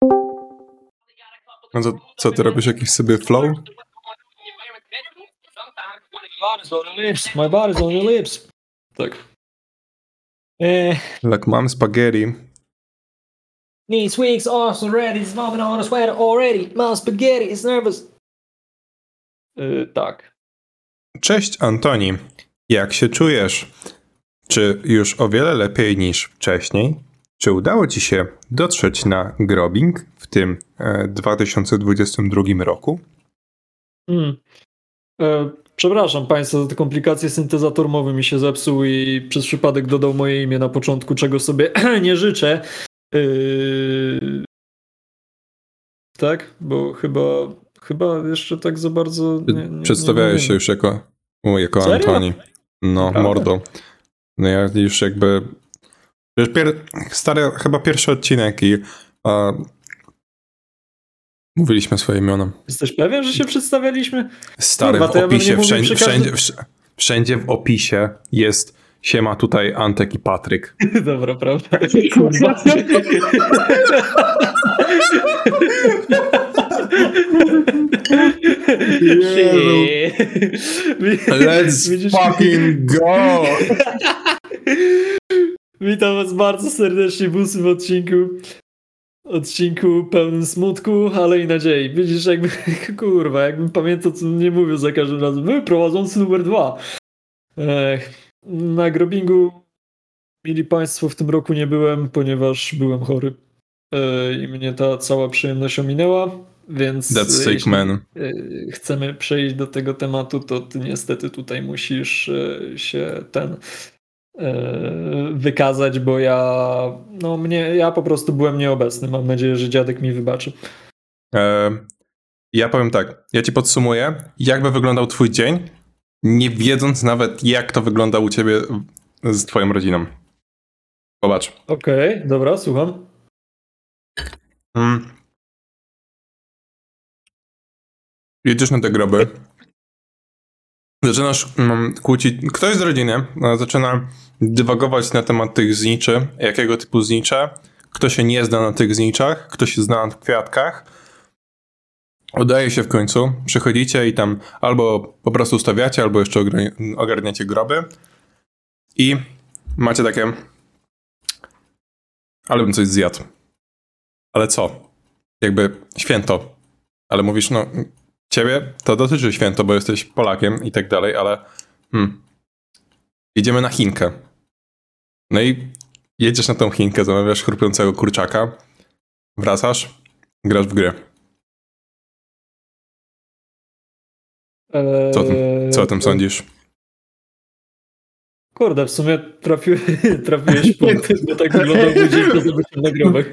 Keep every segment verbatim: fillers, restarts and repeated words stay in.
No to co, ty robisz jakiś sobie flow? My body's on your lips. Tak. Eh, Jak mam spaghetti. Needs weeks, arse already, it's vomit on a sweater already. My spaghetti is nervous. Yy, tak. Cześć Antoni, jak się czujesz? Czy już o wiele lepiej niż wcześniej? Czy udało ci się dotrzeć na Grobing w tym e, dwa tysiące dwudziestym drugim roku? Mm. E, przepraszam Państwa za te komplikacje, syntezator mowy mi się zepsuł i przez przypadek dodał moje imię na początku, czego sobie nie życzę. Yy... Tak? Bo chyba chyba jeszcze tak za bardzo nie, nie, Przedstawiałeś nie się już jako, o, jako Serio? Antoni. No, Naprawdę? mordo. No ja już jakby... Już pier... Stary, chyba pierwszy odcinek i a... mówiliśmy swoje imiona. Jesteś pewien, że się przedstawialiśmy? Stary, Kurwa, w to ja bym opisie, nie mówił wszędzie, przy każdym- wszędzie, wszędzie w opisie jest siema tutaj Antek i Patryk. Dobra, prawda? Kurwa. Let's Widzisz? fucking go! Witam was bardzo serdecznie w ósmym odcinku. Odcinku pełnym smutku, ale i nadziei. Widzisz, jakby, kurwa, jakbym pamiętał, co nie mówię za każdym razem. My prowadzący numer dwa. Ech, na Grobingu, mili państwo, w tym roku nie byłem, ponieważ byłem chory. E, I mnie ta cała przyjemność ominęła, więc That's sick, jeśli man. e, chcemy przejść do tego tematu, to ty niestety tutaj musisz e, się ten e, wykazać, bo ja no mnie, ja po prostu byłem nieobecny. Mam nadzieję, że dziadek mi wybaczy. E, ja powiem tak, ja ci podsumuję, jakby wyglądał twój dzień, nie wiedząc nawet, jak to wygląda u ciebie z twoją rodziną. Zobacz. Okej, okay, dobra, słucham. Mm. Jedziesz na te groby. Zaczynasz mm, kłócić. Ktoś z rodziny no, zaczyna dywagować na temat tych zniczy. Jakiego typu znicze? Kto się nie zna na tych zniczach? Kto się zna na kwiatkach? Udaje się w końcu. Przychodzicie i tam albo po prostu stawiacie, albo jeszcze ogar- ogarniacie groby. I macie takie... Ale bym coś zjadł. Ale co? Jakby święto. Ale mówisz, no... Ciebie to dotyczy święto, bo jesteś Polakiem i tak dalej, ale hmm, idziemy na Chinkę. No i jedziesz na tą Chinkę, zamawiasz chrupiącego kurczaka, wracasz, grasz w grę. Co o tym, co o tym sądzisz? Kurde, w sumie trafi, trafiłeś w punkt, bo tak wyglądał mój dzień po zabyciu na grobach.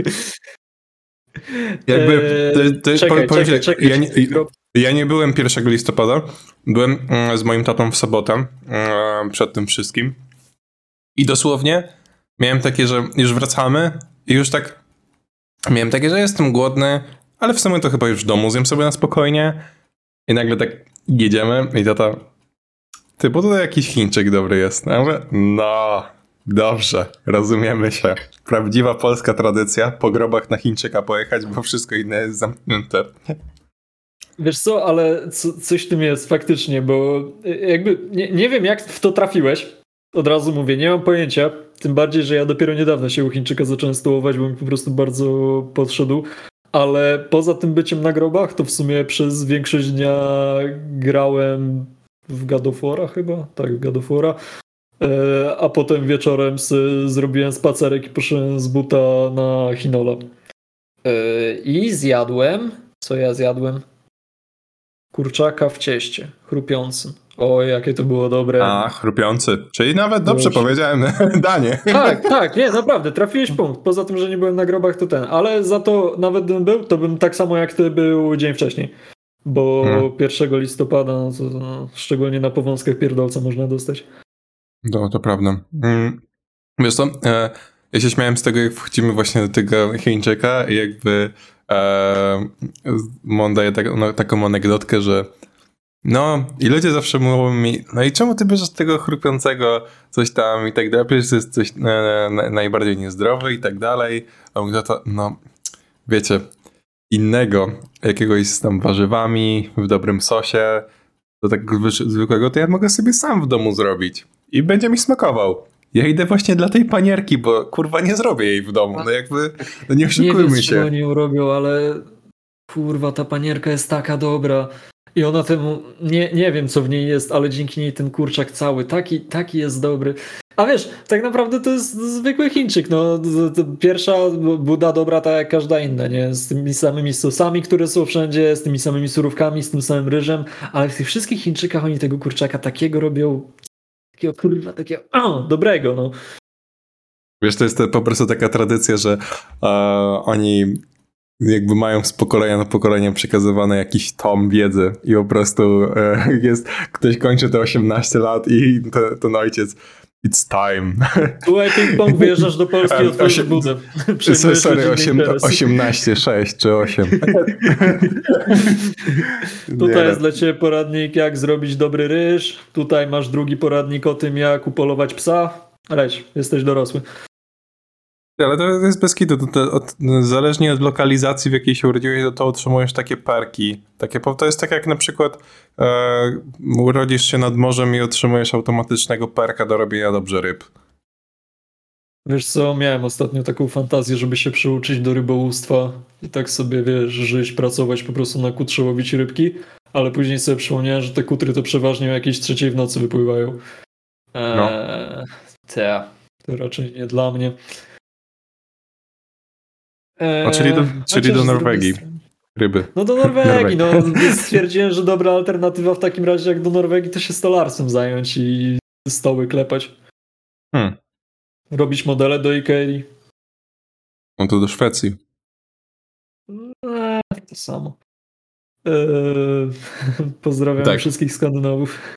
Jakby, ty, ty, czekaj, powiem czekaj, ci, czekaj, ja, nie, ja nie byłem pierwszego listopada, byłem mm, z moim tatą w sobotę, mm, przed tym wszystkim. I dosłownie miałem takie, że już wracamy i już tak miałem takie, że jestem głodny, ale w sumie to chyba już w domu zjem sobie na spokojnie. I nagle tak jedziemy i tata, ty, bo tutaj jakiś Chińczyk dobry jest. Ja mówię, no, dobrze, rozumiemy się. Prawdziwa polska tradycja, po grobach na Chińczyka pojechać, bo wszystko inne jest zamknięte. Wiesz co, ale co, coś w tym jest faktycznie, bo jakby nie, nie wiem, jak w to trafiłeś. Od razu mówię, nie mam pojęcia. Tym bardziej, że ja dopiero niedawno się u Chińczyka zacząłem stołować, bo mi po prostu bardzo podszedł. Ale poza tym byciem na grobach, to w sumie przez większość dnia grałem w God of War'a chyba. Tak, w God of War'a. E, a potem wieczorem z, zrobiłem spacerek i poszedłem z buta na Hinola. E, I zjadłem... Co ja zjadłem? Kurczaka w cieście, chrupiącym. O, jakie to było dobre. A, chrupiący. Czyli nawet dobrze Dobrze. powiedziałem danie. Tak, tak, nie, naprawdę, trafiłeś punkt. Poza tym, że nie byłem na grobach, to ten. Ale za to nawet gdybym był, to bym tak samo jak ty był dzień wcześniej. Bo Hmm. pierwszego listopada, no, to, no, szczególnie na powązkach pierdolca można dostać. No, to prawda. Mm. Wiesz co, e, ja się śmiałem z tego, jak wchodzimy właśnie do tego Chińczyka i jakby e, on daje tak, no, taką anegdotkę, że no i ludzie zawsze mówią mi, no i czemu ty bierzesz tego chrupiącego coś tam i tak dalej, przecież to jest coś na, na, najbardziej niezdrowe i tak dalej. A on mówi, to, no wiecie, innego, jakiegoś z tam warzywami, w dobrym sosie, do takiego zwykłego, to ja mogę sobie sam w domu zrobić. I będzie mi smakował. Ja idę właśnie dla tej panierki, bo kurwa nie zrobię jej w domu. No jakby, no nie oszukujmy nie wiem, się. Nie oni ją robią, ale kurwa, ta panierka jest taka dobra. I ona temu, nie, nie wiem co w niej jest, ale dzięki niej ten kurczak cały, taki, taki jest dobry. A wiesz, tak naprawdę to jest zwykły Chińczyk, no. Pierwsza buda dobra tak jak każda inna, nie? Z tymi samymi sosami, które są wszędzie, z tymi samymi surówkami, z tym samym ryżem, ale w tych wszystkich Chińczykach oni tego kurczaka takiego robią, takiego kurwa, takiego, o, dobrego, no. Wiesz, to jest to po prostu taka tradycja, że uh, oni jakby mają z pokolenia na pokolenie przekazywane jakiś tom wiedzy i po prostu e, jest, ktoś kończy te osiemnaście lat i te, ten ojciec, it's time. Słuchaj, ping-pong, wyjeżdżasz do Polski, otworzysz budę. Sorry, osiemnaście, sześć czy osiem. Tutaj jest dla ciebie poradnik, jak zrobić dobry ryż. Tutaj masz drugi poradnik o tym, jak upolować psa. Leć, jesteś dorosły. Ale to jest bez kitu. To, to, od, zależnie od lokalizacji, w jakiej się urodziłeś, to, to otrzymujesz takie perki. Takie, to jest tak jak na przykład e, urodzisz się nad morzem i otrzymujesz automatycznego perka do robienia dobrze ryb. Wiesz co, miałem ostatnio taką fantazję, żeby się przyuczyć do rybołówstwa i tak sobie, wiesz, żyć, pracować po prostu na kutrze, łowić rybki, ale później sobie przypomniałem, że te kutry to przeważnie o jakiejś trzeciej w nocy wypływają. Eee, no. Te, to raczej nie dla mnie. Eee, no, czyli do, czyli do Norwegii. Ryby. No do Norwegii, no stwierdziłem, że dobra alternatywa w takim razie jak do Norwegii to się stolarstwem zająć i stoły klepać. Hmm. Robić modele do Ikei. No to do Szwecji. Eee, to samo. Eee, pozdrawiam tak. wszystkich Skandynawów.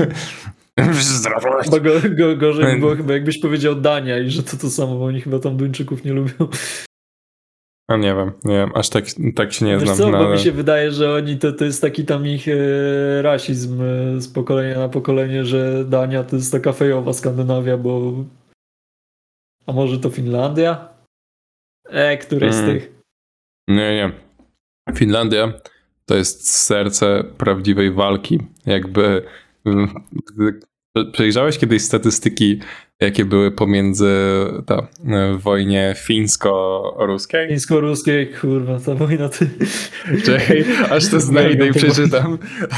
Chyba go, go, gorzej by było chyba jakbyś powiedział Dania i że to to samo, bo oni chyba tam Duńczyków nie lubią. No nie wiem, nie wiem, aż tak, tak się nie Wiesz znam. co, no, bo mi się wydaje, że oni to, to jest taki tam ich e, rasizm e, z pokolenia na pokolenie, że Dania to jest taka fejowa Skandynawia, bo a może to Finlandia? E, któryś mm. z tych? Nie, nie. Finlandia to jest serce prawdziwej walki. Jakby przejrzałeś kiedyś statystyki, jakie były pomiędzy ta, w wojnie fińsko-ruskiej? Fińsko-ruskiej, kurwa, ta wojna ty... Czekaj, aż to znajdę i przeczytam.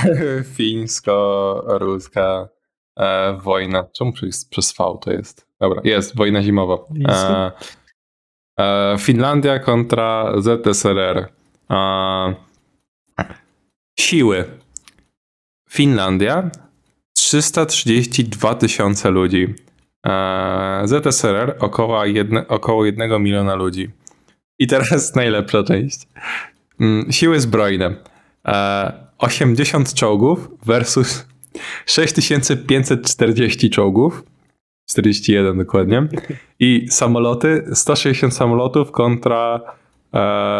Fińsko-ruska e, wojna. Czemu przez, przez V to jest? Dobra, jest, wojna zimowa. E, e, Finlandia kontra Z S R R. E, siły. Finlandia trzysta trzydzieści dwa tysiące ludzi. Z S R R około, jedne, około jednego miliona ludzi. I teraz najlepsza część. Siły zbrojne. osiemdziesiąt czołgów versus sześć tysięcy pięćset czterdzieści czołgów. czterdzieści jeden dokładnie. I samoloty. sto sześćdziesiąt samolotów kontra e,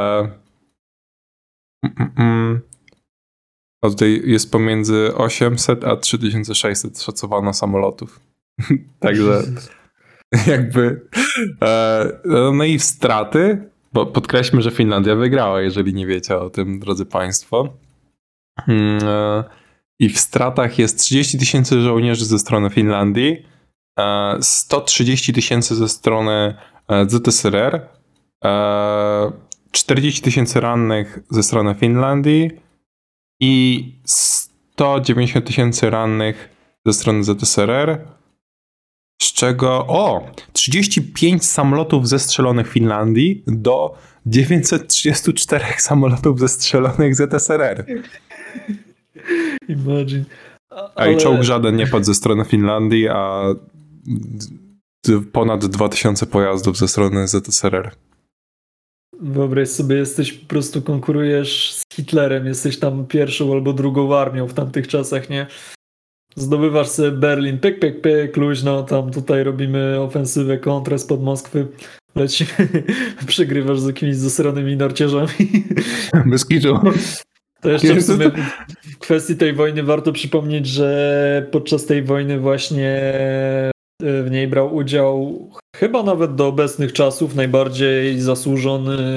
mm, mm, a tutaj jest pomiędzy osiemset a trzy tysiące sześćset szacowano samolotów. Także jakby e, no i w straty, bo podkreślmy, że Finlandia wygrała, jeżeli nie wiecie o tym, drodzy państwo. E, I w stratach jest trzydzieści tysięcy żołnierzy ze strony Finlandii, e, sto trzydzieści tysięcy ze strony Z S R R, e, czterdzieści tysięcy rannych ze strony Finlandii i sto dziewięćdziesiąt tysięcy rannych ze strony Z S R R, z czego o, trzydzieści pięć samolotów zestrzelonych w Finlandii do dziewięćset trzydzieści cztery samolotów zestrzelonych Z S R R. Imagine. Ale... A i czołg żaden nie padł ze strony Finlandii, a ponad dwa tysiące pojazdów ze strony Z S R R. Wyobraź sobie, jesteś po prostu konkurujesz z Hitlerem, jesteś tam pierwszą albo drugą armią w tamtych czasach, nie? Zdobywasz sobie Berlin, pyk, pyk, pyk, luźno, tam tutaj robimy ofensywę, kontrę spod Moskwy, lecimy, przegrywasz z jakimiś zasranymi narciarzami. Bez kitu. To jeszcze w sumie w kwestii tej wojny warto przypomnieć, że podczas tej wojny właśnie w niej brał udział chyba nawet do obecnych czasów najbardziej zasłużony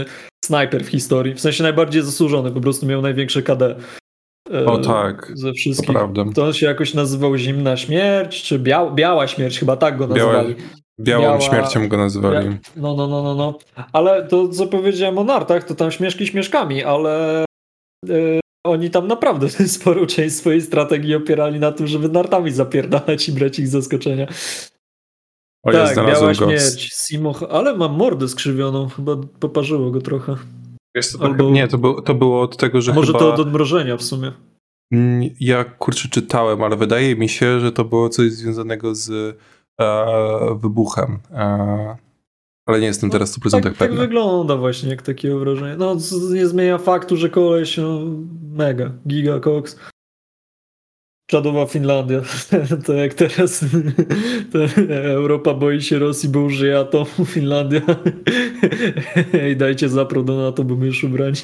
snajper w historii. W sensie najbardziej zasłużony, po prostu miał największe K D. E, O tak, Ze to wszystkich. prawda. To on się jakoś nazywał Zimna Śmierć, czy Bia- Biała Śmierć, chyba tak go Białe, nazywali. białą Biała- śmiercią go nazywali. Ja- No, no, no, no, no. Ale to, co powiedziałem o nartach, to tam śmieszki śmieszkami, ale e, oni tam naprawdę sporą część swojej strategii opierali na tym, żeby nartami zapierdalać i brać ich z zaskoczenia. O, ja Tak, znalazłem Biała go. Śmierć, Simo, ale mam mordę skrzywioną, chyba poparzyło go trochę. Wiesz co, to Albo- chy- Nie, to, było, to było od tego, że Może chyba... to od odmrożenia w sumie. Mm, Ja kurczę czytałem, ale wydaje mi się, że to było coś związanego z e, wybuchem. E, ale nie jestem teraz w stu procentach Tak, tak pewny. wygląda właśnie, jak takie wrażenie. No, z- nie zmienia faktu, że koleś, no, mega, giga koks. Czadowa Finlandia. To jak teraz to Europa boi się Rosji, bo użyje atomu. Finlandia. Ej, dajcie zapro do NATO, bo my już ubrani.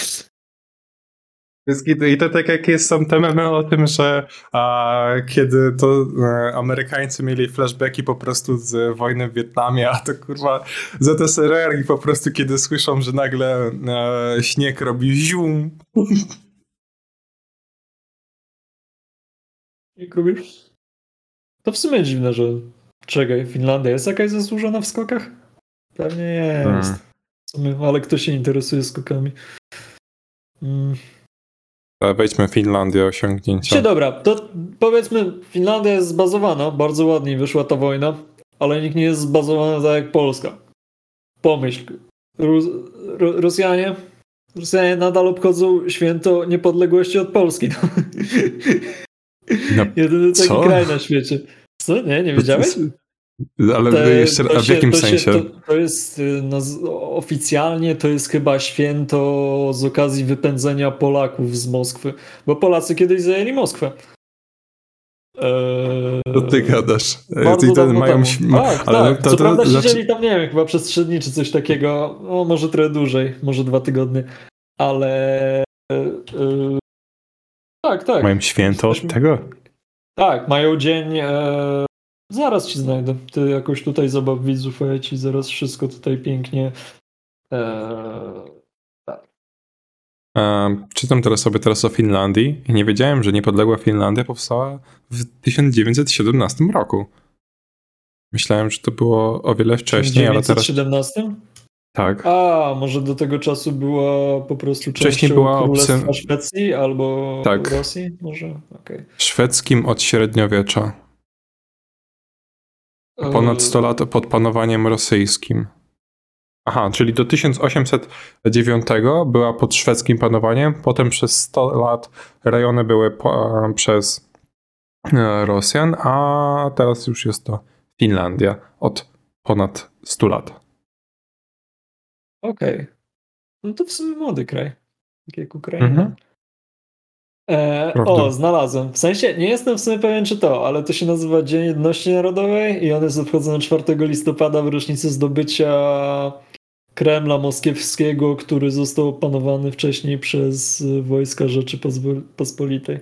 I to tak jak jest, są te memy o tym, że a, kiedy to e, Amerykańcy mieli flashbacki po prostu z wojny w Wietnamie, a to kurwa Z S R R i po prostu kiedy słyszą, że nagle e, śnieg robi zium. Jak robisz? To w sumie dziwne, że... Czekaj, Finlandia jest jakaś zasłużona w skokach? Pewnie jest. Hmm. W sumie, ale kto się interesuje skokami? Mm. E, Wejdźmy Finlandię, osiągnięcia. Czy dobra, to powiedzmy, Finlandia jest zbazowana, bardzo ładnie wyszła ta wojna, ale nikt nie jest zbazowany tak jak Polska. Pomyśl, Rus Ro Rosjanie, Rosjanie nadal obchodzą święto niepodległości od Polski. No. No, Jedyny taki co? kraj na świecie. Co? Nie, nie wiedziałeś? Ale Te- jeszcze to a w się- jakim to się- sensie? To, to jest y, naz- oficjalnie to jest chyba święto z okazji wypędzenia Polaków z Moskwy, bo Polacy kiedyś zajęli Moskwę. Eee, To ty gadasz. E, Bardzo I to dawno mają temu. ś- Tak, ale tak. to- Co to prawda znaczy- siedzieli tam, nie wiem, chyba przez trzy dni czy coś takiego, no może trochę dłużej, może dwa tygodnie, ale e, e, tak, tak. Mają święto od Jesteśmy- tego? Tak, mają dzień. E, zaraz ci znajdę. Ty jakoś tutaj zabaw widzów, a ja ci zaraz wszystko tutaj pięknie. E, E, czytam teraz sobie teraz o Finlandii i nie wiedziałem, że niepodległa Finlandia powstała w tysiąc dziewięćset siedemnastym roku. Myślałem, że to było o wiele w wcześniej, ale teraz dziewięćset siedemnastym? tak. A, może do tego czasu była po prostu Wcześniej częścią była Królestwa opcja- Szwecji albo Tak. Rosji? Może? Okej. Szwedzkim od średniowiecza. Ponad sto lat pod panowaniem rosyjskim. Aha, czyli do tysiąc osiemset dziewiątego była pod szwedzkim panowaniem, potem przez sto lat rejony były po, e, przez e, Rosjan, a teraz już jest to Finlandia od ponad stu lat. Okej. No to w sumie młody kraj. Tak jak Ukraina. Mhm. E, Prawda. o, znalazłem. W sensie, nie jestem w sumie pewien czy to, ale to się nazywa Dzień Jedności Narodowej i on jest obchodzony czwartego listopada w rocznicę zdobycia Kremla Moskiewskiego, który został opanowany wcześniej przez wojska Rzeczypospolitej.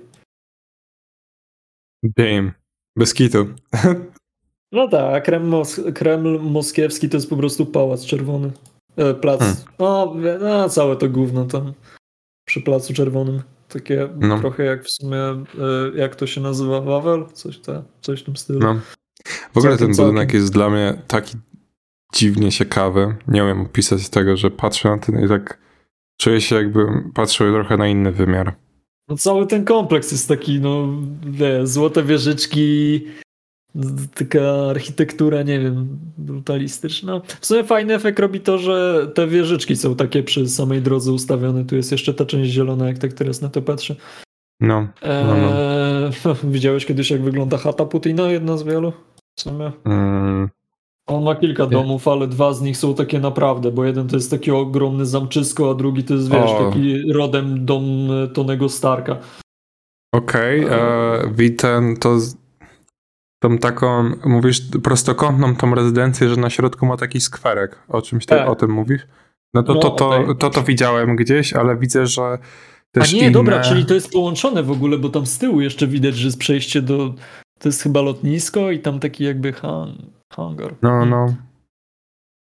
Damn. Bez kitu. No tak, a Kreml, Mos Kreml Moskiewski to jest po prostu pałac czerwony. E, plac. Hmm. No, wie- no, całe to gówno tam przy Placu Czerwonym. Takie No. trochę jak w sumie, e, jak to się nazywa, Wawel? Coś, ta, coś w tym stylu. No. W ogóle Całkiem, ten budynek całkiem. jest dla mnie taki dziwnie ciekawy. Nie umiem opisać tego, że patrzę na ten i tak czuję się, jakbym patrzył trochę na inny wymiar. No cały ten kompleks jest taki, no, wie, złote wieżyczki, z- taka architektura, nie wiem, brutalistyczna. W sumie fajny efekt robi to, że te wieżyczki są takie przy samej drodze ustawione. Tu jest jeszcze ta część zielona, jak tak teraz na to patrzę. No. no, no. Eee, widziałeś kiedyś, jak wygląda chata Putina? Jedna z wielu? W sumie. Mm, On ma kilka domów, ale dwa z nich są takie naprawdę, bo jeden to jest taki ogromny zamczysko, a drugi to jest, wiesz, O. taki rodem dom e, Tonego Starka. Okej, okay, widzę to z- tą taką, mówisz prostokątną tą rezydencję, że na środku ma taki skwerek. O czymś ty Tak. o tym mówisz? No to No, to, to, okej. to, to widziałem gdzieś, ale widzę, że A też nie, inne... dobra, czyli to jest połączone w ogóle, bo tam z tyłu jeszcze widać, że jest przejście do... To jest chyba lotnisko i tam taki jakby han, hangar. No, no.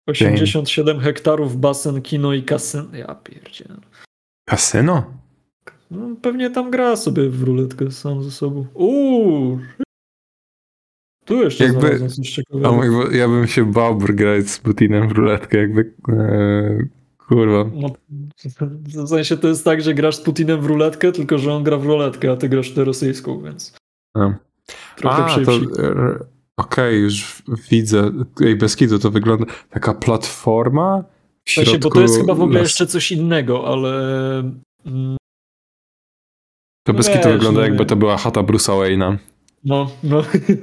osiemdziesiąt siedem hektarów, basen, kino i kasyn. Ja pierdzielę. Kasyno? No, pewnie tam gra sobie w ruletkę sam ze sobą. Uuu! Tu jeszcze Jakby- znalazłem coś A ciekawego. mój, bo ja bym się bał grać z Putinem w ruletkę, jakby e, kurwa. No, w sensie to jest tak, że grasz z Putinem w ruletkę, tylko że on gra w ruletkę, a ty grasz w tę rosyjską, więc A, trochę A, to przywsi. e, okej, już widzę. Ej, bez kitu to wygląda taka platforma w W sensie, środku bo to jest chyba w ogóle las- jeszcze coś innego, ale... mm, To bez no kitu wiesz, wygląda no jakby nie. to była chata Bruce'a Wayne'a. No, no.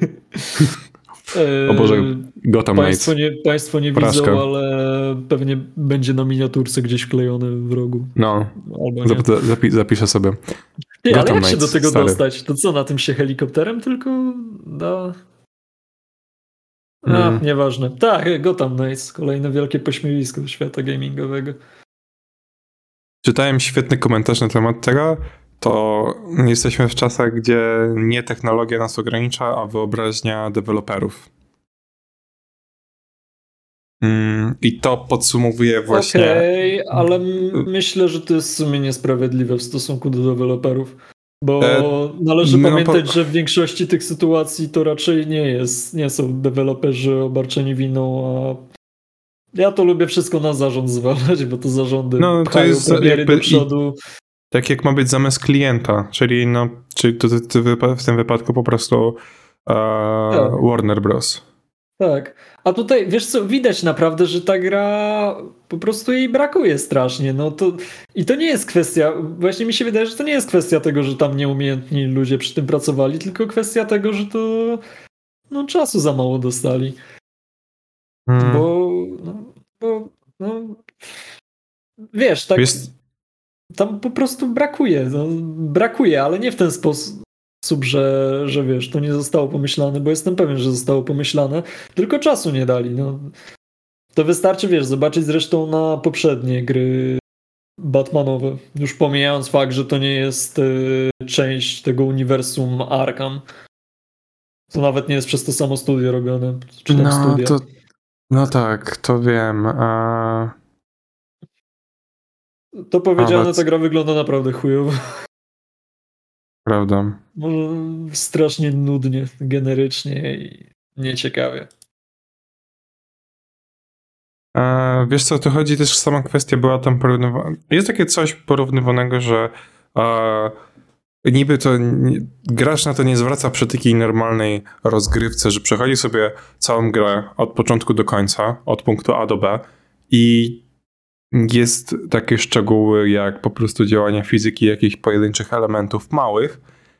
O Boże, Eee, Gotham Państwo Knights. nie, państwo nie Porażka. widzą, ale pewnie będzie na miniaturce gdzieś wklejony w rogu. No, Albo nie. zap- zapi- zapiszę sobie. Ty, ale Gotham jak się do Knights, tego stary. dostać? To co, na tym się helikopterem tylko da? A, Mm. nieważne. Tak, Gotham Knights. Kolejne wielkie pośmiewisko świata gamingowego. Czytałem świetny komentarz na temat tego. To jesteśmy w czasach, gdzie nie technologia nas ogranicza, a wyobraźnia deweloperów. Mm, I to podsumowuje właśnie. Okej, ale m- myślę, że to jest w sumie niesprawiedliwe w stosunku do deweloperów. Bo E, należy no pamiętać, po- że w większości tych sytuacji to raczej nie jest, nie są deweloperzy obarczeni winą, a ja to lubię wszystko na zarząd zwalać, bo to zarządy No, to pchają jest premiery jakby do przodu. Tak jak ma być zamysł klienta, czyli no, czyli to, to, to wypa- w tym wypadku po prostu e, Warner Bros. Tak. A tutaj, wiesz co, widać naprawdę, że ta gra po prostu jej brakuje strasznie. No to, i to nie jest kwestia, właśnie mi się wydaje, że to nie jest kwestia tego, że tam nieumiejętni ludzie przy tym pracowali, tylko kwestia tego, że to no, czasu za mało dostali. Hmm. Bo, no, bo no, wiesz, tak Jest, tam po prostu brakuje. No, brakuje, ale nie w ten sposób, że, że wiesz, to nie zostało pomyślane, bo jestem pewien, że zostało pomyślane, tylko czasu nie dali. No. To wystarczy, wiesz, zobaczyć zresztą na poprzednie gry Batmanowe. Już pomijając fakt, że to nie jest y, część tego uniwersum Arkham. To nawet nie jest przez to samo studio robione. Czy tam no, studia. to, no tak, to wiem. E, To powiedziane, Ale- ta gra wygląda naprawdę chujowo. prawda. Może strasznie nudnie, generycznie i nieciekawie. E, wiesz co, to chodzi też sama kwestia była tam porównywana. Jest takie coś porównywanego, że e, niby to nie, gracz na to nie zwraca przy takiej normalnej rozgrywce, że przechodzi sobie całą grę od początku do końca, od punktu A do B i jest takie szczegóły jak po prostu działania fizyki jakichś pojedynczych elementów małych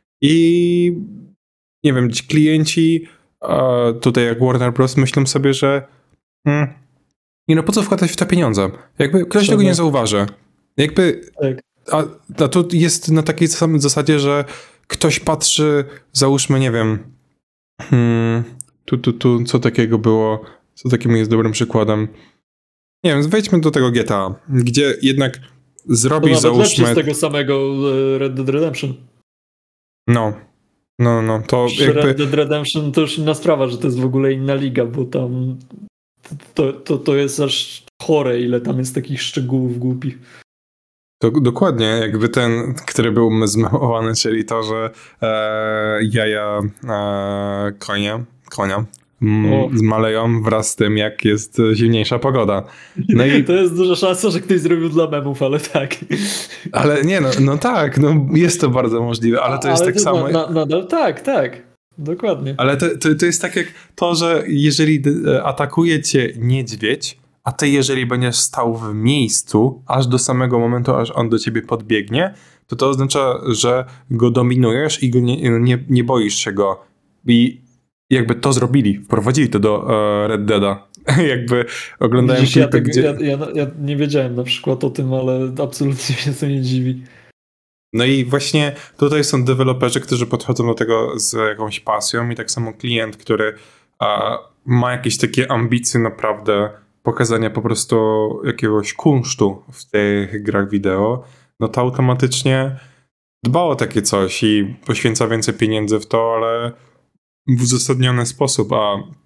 i nie wiem, ci klienci e, tutaj jak Warner Bros. Myślą sobie, że mm, nie no po co wkładać w to pieniądze? Jakby ktoś tego nie zauważy. Jakby Tak. a, a to jest na takiej samej zasadzie, że ktoś patrzy, załóżmy, nie wiem, hmm, tu, tu, tu, co takiego było, co takim jest dobrym przykładem. Nie wiem, wejdźmy do tego G T A, gdzie jednak To zrobisz, nawet lepszy załóżmy, z tego samego e, Red Dead Redemption. no, no, no, to Przy jakby, Red Dead Redemption to już inna sprawa, że to jest w ogóle inna liga, bo tam to, to, to jest aż chore, ile tam jest takich szczegółów głupich. to, dokładnie, jakby ten, który był zmemowany, czyli to, że e, jaja e, konia, konia mm, O. zmaleją wraz z tym, jak jest zimniejsza pogoda. No i To jest duża szansa, że ktoś zrobił dla memów, ale tak. Ale nie, no, no tak, no jest to bardzo możliwe, ale to jest tak samo. Na, nadal tak, tak. Dokładnie. Ale to, to, to jest tak jak to, że jeżeli d- atakuje cię niedźwiedź, a ty jeżeli będziesz stał w miejscu, aż do samego momentu, aż on do ciebie podbiegnie, to to oznacza, że go dominujesz i go nie, nie, nie boisz się go. I jakby to zrobili, wprowadzili to do uh, Red Deada. Jakby oglądałem Widzisz, ja, klipy, tego, gdzie... ja, ja, ja nie wiedziałem na przykład o tym, ale absolutnie mnie to nie dziwi. No i właśnie tutaj są deweloperzy, którzy podchodzą do tego z jakąś pasją i tak samo klient, który a, ma jakieś takie ambicje naprawdę pokazania po prostu jakiegoś kunsztu w tych grach wideo, no to automatycznie dba o takie coś i poświęca więcej pieniędzy w to, ale w uzasadniony sposób, a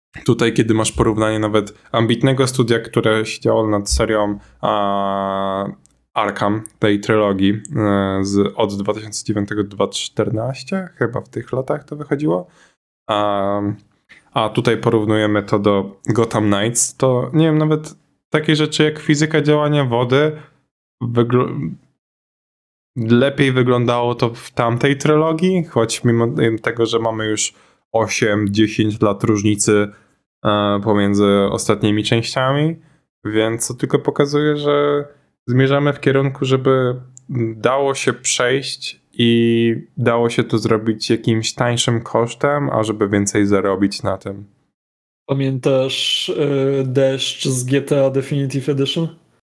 tutaj, kiedy masz porównanie nawet ambitnego studia, które siedziało nad serią a, Arkham, tej trylogii e, z, od dwa tysiące dziewiątego do dwa tysiące czternastego, chyba w tych latach to wychodziło. A, a tutaj porównujemy to do Gotham Knights, to nie wiem, nawet takie rzeczy jak fizyka działania wody wygl- lepiej wyglądało to w tamtej trylogii, choć mimo tego, że mamy już osiem dziesięć lat różnicy e, pomiędzy ostatnimi częściami, więc to tylko pokazuje, że zmierzamy w kierunku, żeby dało się przejść i dało się to zrobić jakimś tańszym kosztem, a żeby więcej zarobić na tym. Pamiętasz y, deszcz z G T A Definitive Edition?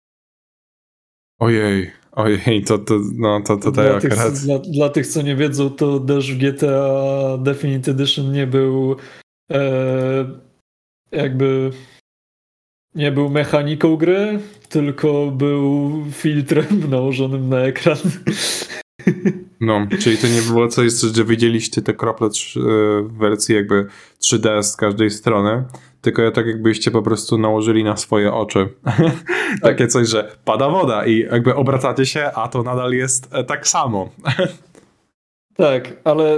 Ojej, ojej, to, to, no, to tutaj dla akurat... Tych, dla, dla tych, co nie wiedzą, to deszcz w G T A Definitive Edition nie był e, jakby nie był mechaniką gry, tylko był filtrem nałożonym na ekran. No, czyli to nie było coś, że widzieliście te krople w wersji jakby trzy D z każdej strony, tylko tak jakbyście po prostu nałożyli na swoje oczy. Takie coś, że pada woda i jakby obracacie się, a to nadal jest tak samo. Tak, ale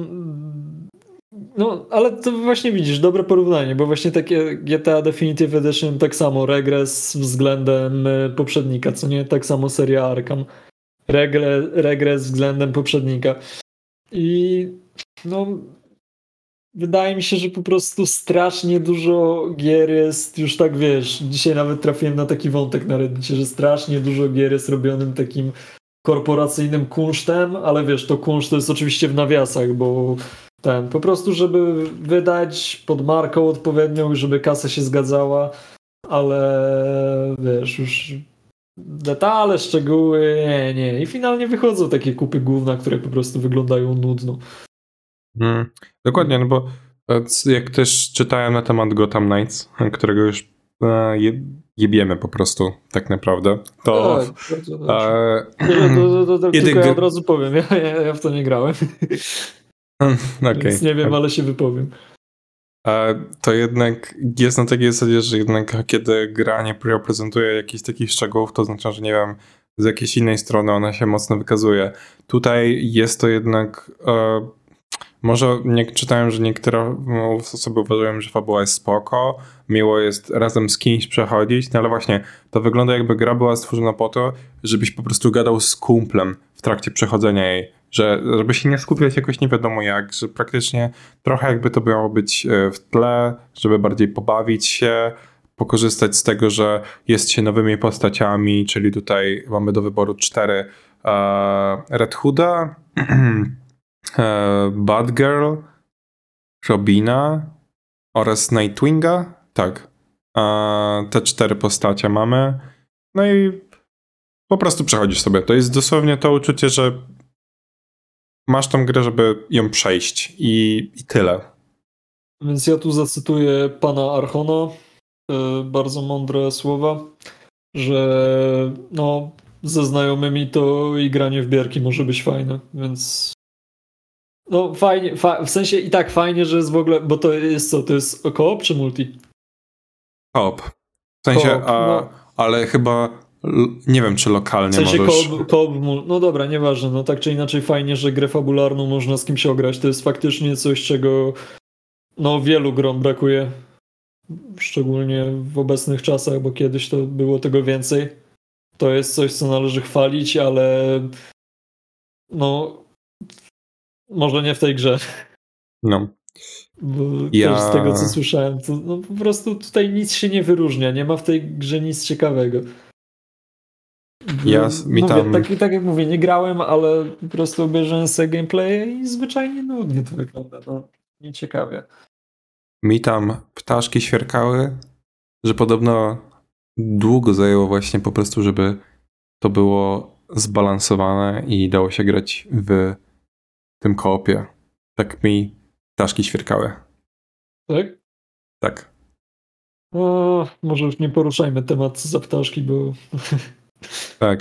no, ale to właśnie widzisz, dobre porównanie, bo właśnie takie G T A Definitive Edition tak samo, regres względem poprzednika, co nie? Tak samo seria Arkham. Regre, regres względem poprzednika. I no wydaje mi się, że po prostu strasznie dużo gier jest już tak, wiesz, dzisiaj nawet trafiłem na taki wątek na Reddicie, że strasznie dużo gier jest robionym takim korporacyjnym kunsztem, ale wiesz, to kunszt to jest oczywiście w nawiasach, bo ten, po prostu żeby wydać pod marką odpowiednią, żeby kasa się zgadzała, ale wiesz, już detale, szczegóły, nie, nie. I finalnie wychodzą takie kupy gówna, które po prostu wyglądają nudno. Hmm, dokładnie, no bo jak też czytałem na temat Gotham Knights, którego już e, je, jebiemy po prostu tak naprawdę, to... Tak, bardzo dobrze. E, to, to, to, tylko ja od razu powiem, ja, ja, ja w to nie grałem. Okay. Więc nie wiem, ale się wypowiem. To jednak jest na takiej zasadzie, że jednak kiedy gra nie reprezentuje jakichś takich szczegółów, to znaczy, że nie wiem, z jakiejś innej strony ona się mocno wykazuje. Tutaj jest to jednak... E, może nie, czytałem, że niektóre osoby uważają, że fabuła jest spoko, miło jest razem z kimś przechodzić, no ale właśnie to wygląda jakby gra była stworzona po to, żebyś po prostu gadał z kumplem w trakcie przechodzenia jej, że żeby się nie skupiać jakoś nie wiadomo jak, że praktycznie trochę jakby to miało być w tle, żeby bardziej pobawić się, pokorzystać z tego, że jest się nowymi postaciami, czyli tutaj mamy do wyboru cztery uh, Red Hooda, Batgirl, Robina oraz Nightwinga. Tak. Te cztery postacie mamy. No i po prostu przechodzisz sobie. To jest dosłownie to uczucie, że masz tą grę, żeby ją przejść i, i tyle. Więc ja tu zacytuję pana Archona. Bardzo mądre słowa, że no ze znajomymi to i granie w bierki może być fajne, więc no fajnie, fa- w sensie i tak fajnie, że jest w ogóle, bo to jest co, to jest co-op czy multi? Co-op. W sensie, Co-op, a, no. ale chyba nie wiem, czy lokalnie w sensie możesz... Co-op, co-op, no dobra, nieważne, no tak czy inaczej fajnie, że grę fabularną można z kimś ograć, to jest faktycznie coś, czego no wielu grom brakuje. Szczególnie w obecnych czasach, bo kiedyś to było tego więcej. To jest coś, co należy chwalić, ale no może nie w tej grze. No. Bo ja... też z tego, co słyszałem, to no po prostu tutaj nic się nie wyróżnia. Nie ma w tej grze nic ciekawego. Ja mi mówię, tam... tak, tak jak mówię, nie grałem, ale po prostu obejrzałem sobie gameplay i zwyczajnie nudnie to wygląda. No, nieciekawie. Mi tam ptaszki świerkały, że podobno długo zajęło właśnie po prostu, żeby to było zbalansowane i dało się grać w tym koopie. Tak mi ptaszki świerkały. Tak? Tak. O, może już nie poruszajmy temat za ptaszki, bo... Tak.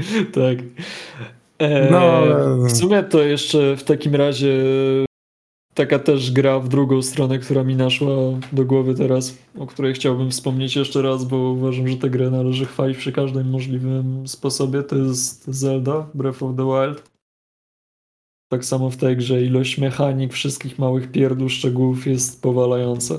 tak. E, No, ale... W sumie to jeszcze w takim razie taka też gra w drugą stronę, która mi naszła do głowy teraz, o której chciałbym wspomnieć jeszcze raz, bo uważam, że tę grę należy chwalić przy każdym możliwym sposobie. To jest Zelda Breath of the Wild. Tak samo w tej grze ilość mechanik, wszystkich małych pierdół, szczegółów jest powalająca.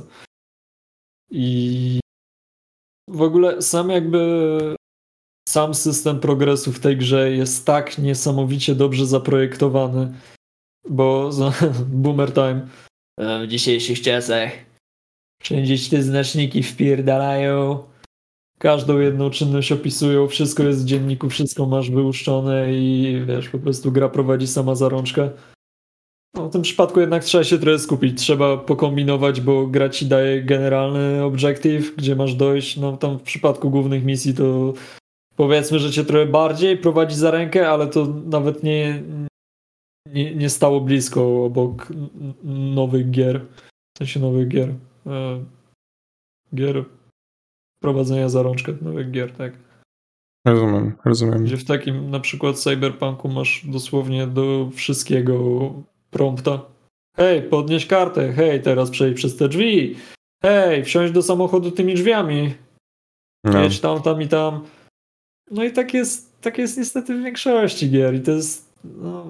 I w ogóle sam jakby sam system progresu w tej grze jest tak niesamowicie dobrze zaprojektowany, bo boomer time w dzisiejszych czasach wszędzie ci te znaczniki wpierdalają, każdą jedną czynność opisują, wszystko jest w dzienniku, wszystko masz wyłuszczone i wiesz, po prostu gra prowadzi sama za rączkę. No, w tym przypadku jednak trzeba się trochę skupić, trzeba pokombinować, bo gra ci daje generalny objective, gdzie masz dojść, no tam w przypadku głównych misji to powiedzmy, że cię trochę bardziej prowadzi za rękę, ale to nawet nie, nie, nie stało blisko obok nowych gier, w sensie nowych gier, e, gier prowadzenia za rączkę, nowych gier, tak. Rozumiem, rozumiem. Gdzie w takim na przykład Cyberpunku masz dosłownie do wszystkiego prompta. Hej, podnieś kartę, hej, teraz przejdź przez te drzwi, hej, wsiądź do samochodu tymi drzwiami, No. jedź tam, tam i tam. No i tak jest, tak jest niestety w większości gier i to jest no,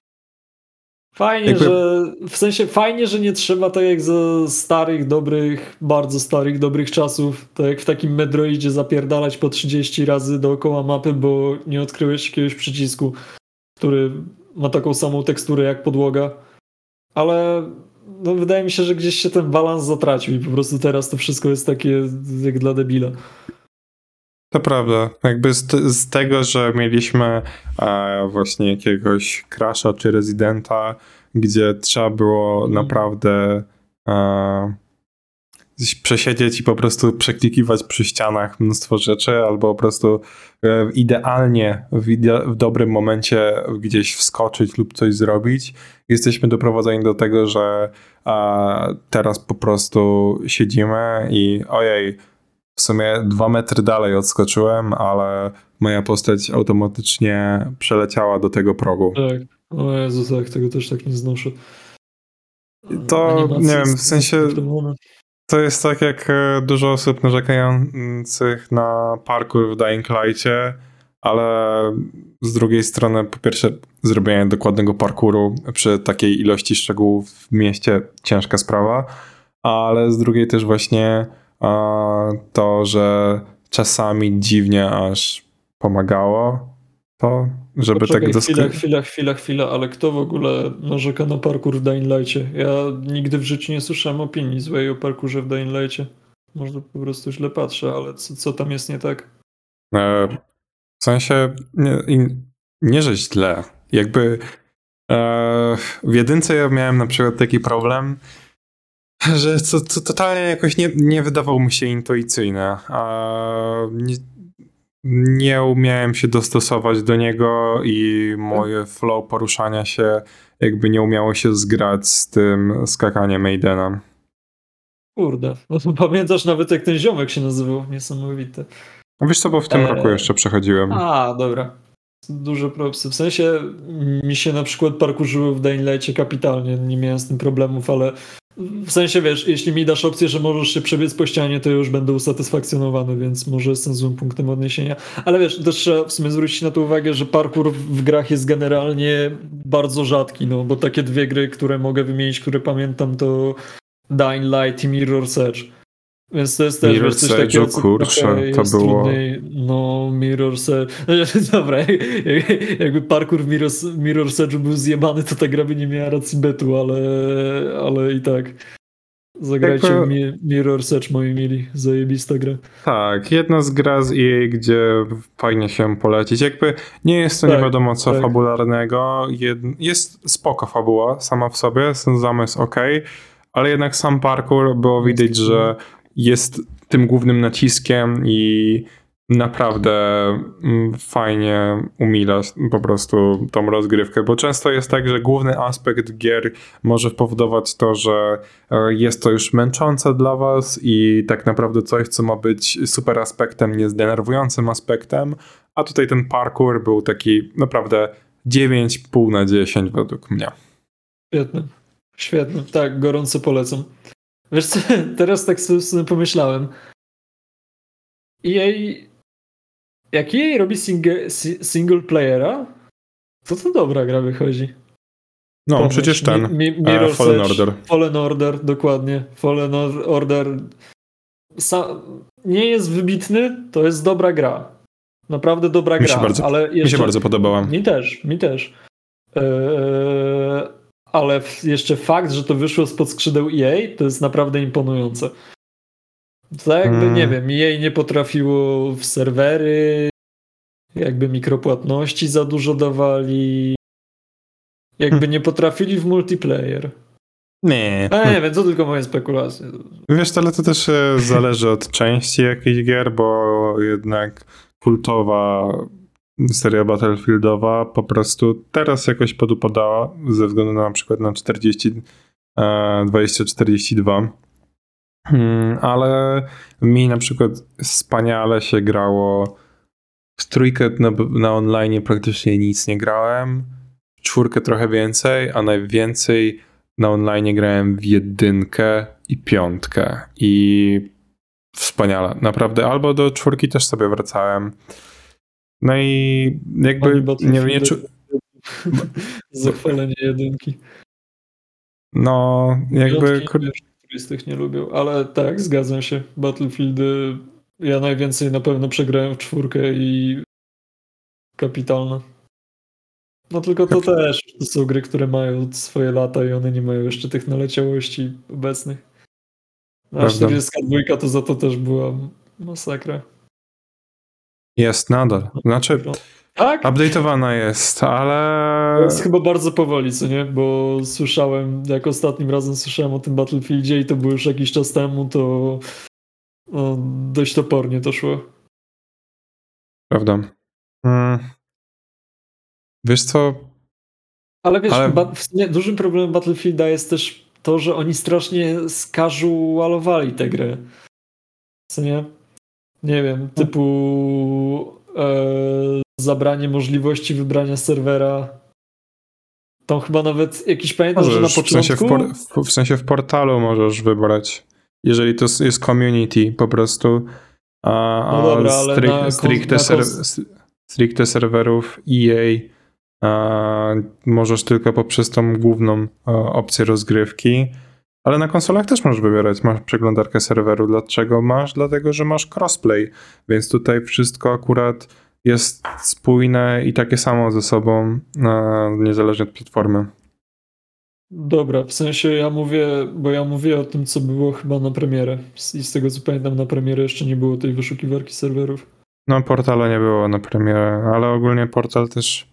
fajnie, Jakby... że w sensie fajnie, że nie trzeba tak jak za starych, dobrych, bardzo starych, dobrych czasów, tak jak w takim Metroidzie zapierdalać po trzydzieści razy dookoła mapy, bo nie odkryłeś jakiegoś przycisku, który ma taką samą teksturę jak podłoga, ale no, wydaje mi się, że gdzieś się ten balans zatracił i po prostu teraz to wszystko jest takie jak dla debila. To prawda. Jakby z, z tego, że mieliśmy e, właśnie jakiegoś Crasha czy Residenta, gdzie trzeba było mm. naprawdę e, przesiedzieć i po prostu przeklikiwać przy ścianach mnóstwo rzeczy, albo po prostu e, idealnie w, ide- w dobrym momencie gdzieś wskoczyć lub coś zrobić. Jesteśmy doprowadzeni do tego, że e, teraz po prostu siedzimy i ojej, w sumie dwa metry dalej odskoczyłem, ale moja postać automatycznie przeleciała do tego progu. Tak, o Jezu, tak, tego też tak nie znoszę. To, Animacje nie wiem, w sensie skryptowane. to jest tak jak dużo osób narzekających na parkour w Dying Light'cie, ale z drugiej strony, po pierwsze, zrobienie dokładnego parkouru przy takiej ilości szczegółów w mieście ciężka sprawa, ale z drugiej też właśnie to, że czasami dziwnie aż pomagało to, żeby Poczekaj, tak chwila, dosk- chwila, chwila, chwila, ale kto w ogóle narzeka na parkour w Dying Light'cie? Ja nigdy w życiu nie słyszałem opinii złej o parkourze w Dying Light'cie. Może po prostu źle patrzę, ale co, co tam jest nie tak? E, w sensie nie, nie, że źle. Jakby e, w jedynce ja miałem na przykład taki problem, że co, co totalnie jakoś nie, nie wydawało mi się intuicyjne. E, nie, nie umiałem się dostosować do niego i moje flow poruszania się jakby nie umiało się zgrać z tym skakaniem Maidena. Kurde, no to pamiętasz nawet jak ten ziomek się nazywał, niesamowite. Wiesz co, bo w tym Eee, roku jeszcze przechodziłem. A, dobra. Duże propsy. W sensie mi się na przykład parkurzyło w Dying Light'cie kapitalnie, nie miałem z tym problemów, ale w sensie wiesz, jeśli mi dasz opcję, że możesz się przebiec po ścianie, to już będę usatysfakcjonowany, więc może jestem złym punktem odniesienia. Ale wiesz, też trzeba w sumie zwrócić na to uwagę, że parkour w grach jest generalnie bardzo rzadki, no bo takie dwie gry, które mogę wymienić, które pamiętam, to Dying Light i Mirror's Edge. Więc to jest też wiesz, coś takiego, co kurczę, to było... Trudnej, no, Mirror's Edge. Dobra, jakby parkour w Mirror's, Mirror's Edge był zjebany, to ta gra by nie miała racji bytu, ale, ale i tak. Zagrajcie Jakby... w Mi- Mirror's Edge, moi mili. Zajebista gra. Tak, jedna z gra z E A, gdzie fajnie się polecić. Jakby nie jest to tak, nie wiadomo co tak. fabularnego. Jed... Jest spoko fabuła sama w sobie, ten zamysł ok, ale jednak sam parkour było widać, że jest tym głównym naciskiem i naprawdę fajnie umila po prostu tą rozgrywkę, bo często jest tak, że główny aspekt gier może powodować to, że jest to już męczące dla was i tak naprawdę coś, co ma być super aspektem, nie zdenerwującym aspektem, a tutaj ten parkour był taki naprawdę dziewięć i pół na dziesięć według mnie. Świetny. Świetnie, tak, gorąco polecam. Wiesz co, teraz tak sobie pomyślałem. E A, jak E A robi single, single playera, to to dobra gra wychodzi. No, Pomyśl, przecież ten, Mi, mi, e, Mirror's Fallen Edge, Order. Fallen Order, dokładnie. Fallen Order Sa- nie jest wybitny, to jest dobra gra. Naprawdę dobra Mi się gra, bardzo, ale jeszcze... mi się bardzo podobała. Mi też, mi też. Eee, ale jeszcze fakt, że to wyszło spod skrzydeł E A, to jest naprawdę imponujące. To jakby, hmm. nie wiem, E A nie potrafiło w serwery, jakby mikropłatności za dużo dawali, jakby hmm. nie potrafili w multiplayer. Nie. A nie wiem, to tylko moje spekulacje. Wiesz, ale to też zależy od części jakichś gier, bo jednak kultowa seria Battlefieldowa po prostu teraz jakoś podupadała ze względu na, na przykład na czterdzieści, dwadzieścia czterdzieści dwa. Hmm, ale mi na przykład wspaniale się grało w trójkę na, na online praktycznie nic nie grałem, w czwórkę trochę więcej, a najwięcej na online grałem w jedynkę i piątkę i wspaniale, naprawdę, albo do czwórki też sobie wracałem. No i jakby nie wiem, nie czu... Zachwalenie jedynki. No, jakby... Którzy z tych nie lubią, ale tak, zgadzam się. Battlefieldy, ja najwięcej na pewno przegrałem w czwórkę i kapitalne. No tylko to też, to są gry, które mają swoje lata i one nie mają jeszcze tych naleciałości obecnych. A czterdziestka dwa to za to też była masakra. Jest nadal. Znaczy, tak? Update'owana jest, ale... To jest chyba bardzo powoli, co nie? Bo słyszałem, jak ostatnim razem słyszałem o tym Battlefieldzie i to było już jakiś czas temu, to no, dość topornie to szło. Prawda. Hmm. Wiesz co? Ale wiesz, ale... w sumie dużym problemem Battlefielda jest też to, że oni strasznie skażualowali tę grę. Co nie? Nie wiem, typu e, zabranie możliwości wybrania serwera. Tam chyba nawet jakiś, pamiętam, możesz, że na początku... W sensie w, por, w, w sensie w portalu możesz wybrać. Jeżeli to jest community po prostu. A, no dobra, ale stryk, na stricte, na ser, stricte serwerów E A a, możesz tylko poprzez tą główną a, opcję rozgrywki. Ale na konsolach też możesz wybierać, masz przeglądarkę serweru. Dlaczego masz? Dlatego, że masz crossplay, więc tutaj wszystko akurat jest spójne i takie samo ze sobą, niezależnie od platformy. Dobra, w sensie ja mówię, bo ja mówię o tym, co było chyba na premierę. I z tego co pamiętam, na premierę jeszcze nie było tej wyszukiwarki serwerów. No, portalu nie było na premierę, ale ogólnie portal też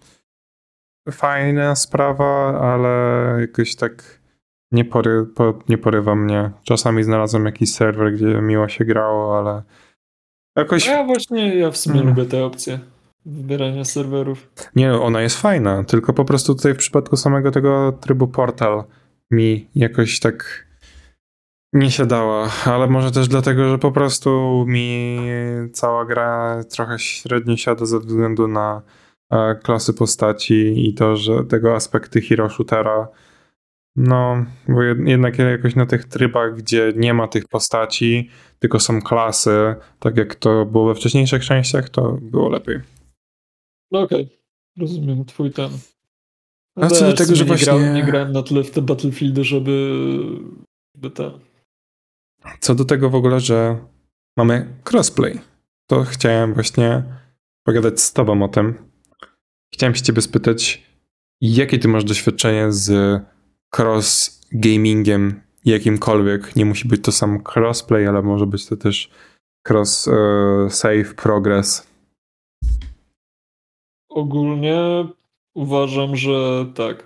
fajna sprawa, ale jakoś tak nie, pory, po, nie porywa mnie. Czasami znalazłem jakiś serwer, gdzie miło się grało, ale jakoś... No ja właśnie, ja w sumie hmm. lubię tę opcję wybierania serwerów. Nie, ona jest fajna, tylko po prostu tutaj w przypadku samego tego trybu portal mi jakoś tak nie siadała, ale może też dlatego, że po prostu mi cała gra trochę średnio siada ze względu na e, klasy postaci i to, że tego aspekty hero shootera. No, bo jednak jakoś na tych trybach, gdzie nie ma tych postaci, tylko są klasy, tak jak to było we wcześniejszych częściach, to było lepiej. No okej, okay. Rozumiem twój ten. No, a co do tego, że nie właśnie... Grałem, nie grałem na tyle w te Battlefieldy, żeby... żeby ten... Co do tego w ogóle, że mamy crossplay, to chciałem właśnie pogadać z tobą o tym. Chciałem się ciebie spytać, jakie ty masz doświadczenie z cross gamingiem jakimkolwiek? Nie musi być to sam crossplay, ale może być to też cross uh, save progress. Ogólnie uważam, że tak.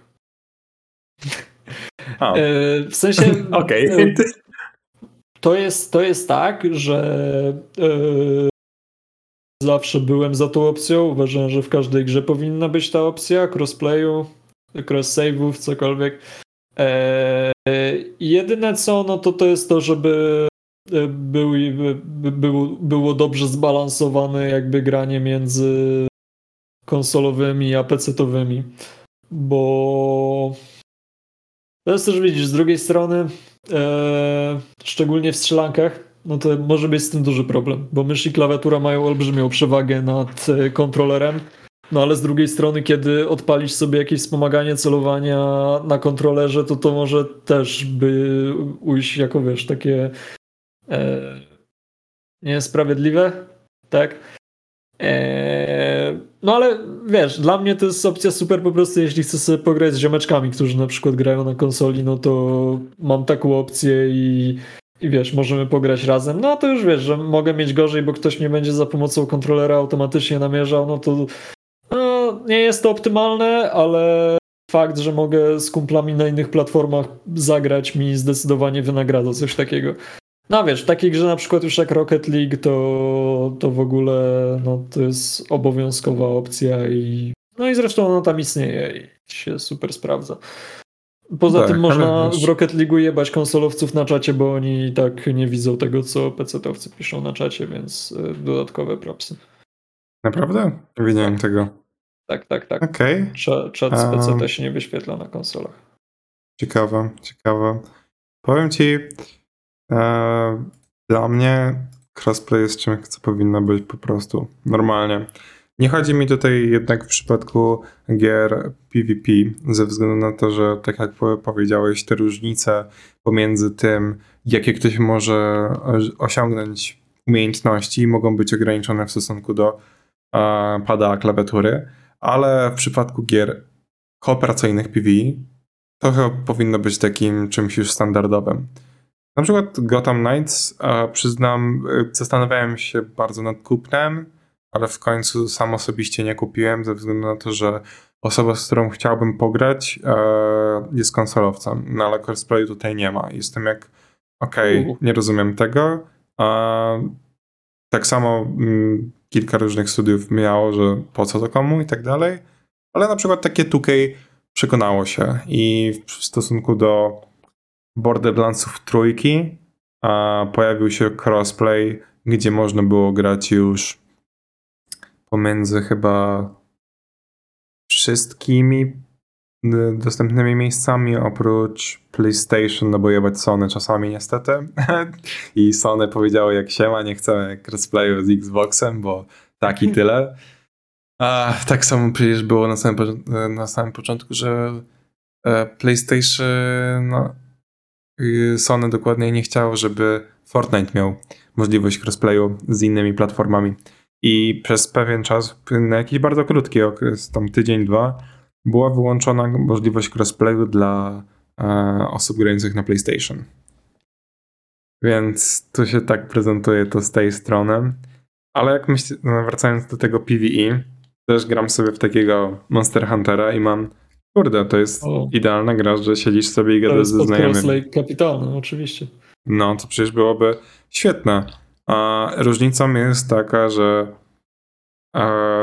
Oh. e, w sensie okej. Okay. To jest, to jest tak, że e, zawsze byłem za tą opcją. Uważam, że w każdej grze powinna być ta opcja crossplayu, cross save'ów, cokolwiek. E, jedyne co, no to to jest to, żeby był, był, było dobrze zbalansowane jakby granie między konsolowymi a pecetowymi, bo Teraz też widzisz, z drugiej strony, e, szczególnie w strzelankach, no to może być z tym duży problem, bo mysz i klawiatura mają olbrzymią przewagę nad e, kontrolerem, no ale z drugiej strony, kiedy odpalisz sobie jakieś wspomaganie celowania na kontrolerze, to to może też by ujść jako, wiesz, takie e, niesprawiedliwe, tak? Eee, no ale wiesz, dla mnie to jest opcja super po prostu, jeśli chcę sobie pograć z ziomeczkami, którzy na przykład grają na konsoli, no to mam taką opcję i, i wiesz, możemy pograć razem. No to już wiesz, że mogę mieć gorzej, bo ktoś mnie będzie za pomocą kontrolera automatycznie namierzał, no to no, nie jest to optymalne, ale fakt, że mogę z kumplami na innych platformach zagrać, mi zdecydowanie wynagradza coś takiego. No wiesz, w takiej grze na przykład już jak Rocket League, to, to w ogóle no, to jest obowiązkowa opcja i no i zresztą ona tam istnieje i się super sprawdza. Poza Tak, tym można ale wiesz- w Rocket League jebać konsolowców na czacie, bo oni tak nie widzą tego, co pecetowcy piszą na czacie, więc y, dodatkowe propsy. Naprawdę? Nie wiedziałem tego. Tak, tak, tak. Okej, Cza- Czat z Um. P C T się nie wyświetla na konsolach. ciekawe, ciekawe. Powiem ci, e, dla mnie crossplay jest czymś, co powinno być po prostu normalnie. Nie chodzi mi tutaj jednak w przypadku gier PvP, ze względu na to, że tak jak po- powiedziałeś, te różnice pomiędzy tym, jakie ktoś może o- osiągnąć umiejętności, mogą być ograniczone w stosunku do e, pada klawiatury, ale w przypadku gier kooperacyjnych PvE to chyba powinno być takim czymś już standardowym. Na przykład Gotham Knights, e, przyznam, e, zastanawiałem się bardzo nad kupnem, ale w końcu sam osobiście nie kupiłem, ze względu na to, że osoba, z którą chciałbym pograć, e, jest konsolowcem, no ale crossplayu tutaj nie ma. Jestem jak, okej, U. nie rozumiem tego. E, tak samo mm, kilka różnych studiów miało, że po co to komu i tak dalej, ale na przykład takie two K przekonało się i w stosunku do Borderlandsów trójki a pojawił się crossplay, gdzie można było grać już pomiędzy chyba wszystkimi y, dostępnymi miejscami oprócz PlayStation, no bo jebać Sony czasami niestety. I Sony powiedziało jak siema, nie chcemy crossplayu z Xboxem, bo tak i tyle. A tak samo przecież było na samym, po- na samym początku, że e, PlayStation, no, y, Sony dokładnie nie chciało, żeby Fortnite miał możliwość crossplayu z innymi platformami. I przez pewien czas, na jakiś bardzo krótki okres, tam tydzień, dwa, była wyłączona możliwość crossplayu dla e, osób grających na PlayStation. Więc tu się tak prezentuje to z tej strony. Ale jak myślę, no, wracając do tego PvE, też gram sobie w takiego Monster Huntera i mam, kurde, to jest O. idealna gra, że siedzisz sobie i To gadasz jest ze pod znajomymi. crosslay kapitalny, oczywiście. No, to przecież byłoby świetne. A różnicą jest taka, że e,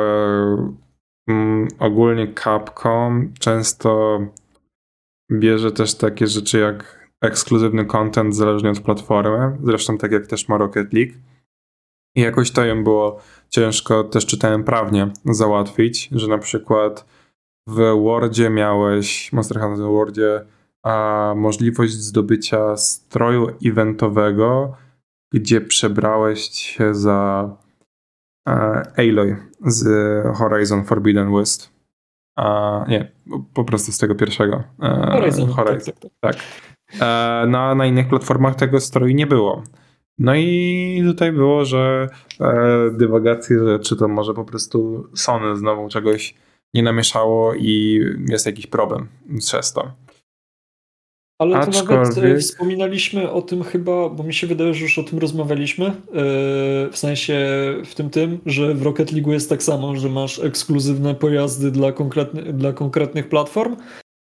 mm, ogólnie Capcom często bierze też takie rzeczy jak ekskluzywny content zależnie od platformy, zresztą tak jak też ma Rocket League. I jakoś to ją było ciężko, też czytałem prawnie, załatwić, że na przykład w Wordzie miałeś, Monster Hunter Wordzie, a możliwość zdobycia stroju eventowego, gdzie przebrałeś się za e, Aloy z Horizon Forbidden West. A nie, po prostu z tego pierwszego. E, Horizon, Horizon. tak, tak, tak. Tak. E, na, na innych platformach tego stroju nie było. No i tutaj było, że e, dywagacje, że czy to może po prostu Sony znowu czegoś nie namieszało i jest jakiś problem przez to. Ale to Aczkolwiek- nawet e, wspominaliśmy o tym chyba, bo mi się wydaje, że już o tym rozmawialiśmy, e, w sensie w tym tym, że w Rocket League jest tak samo, że masz ekskluzywne pojazdy dla, konkretny, dla konkretnych platform.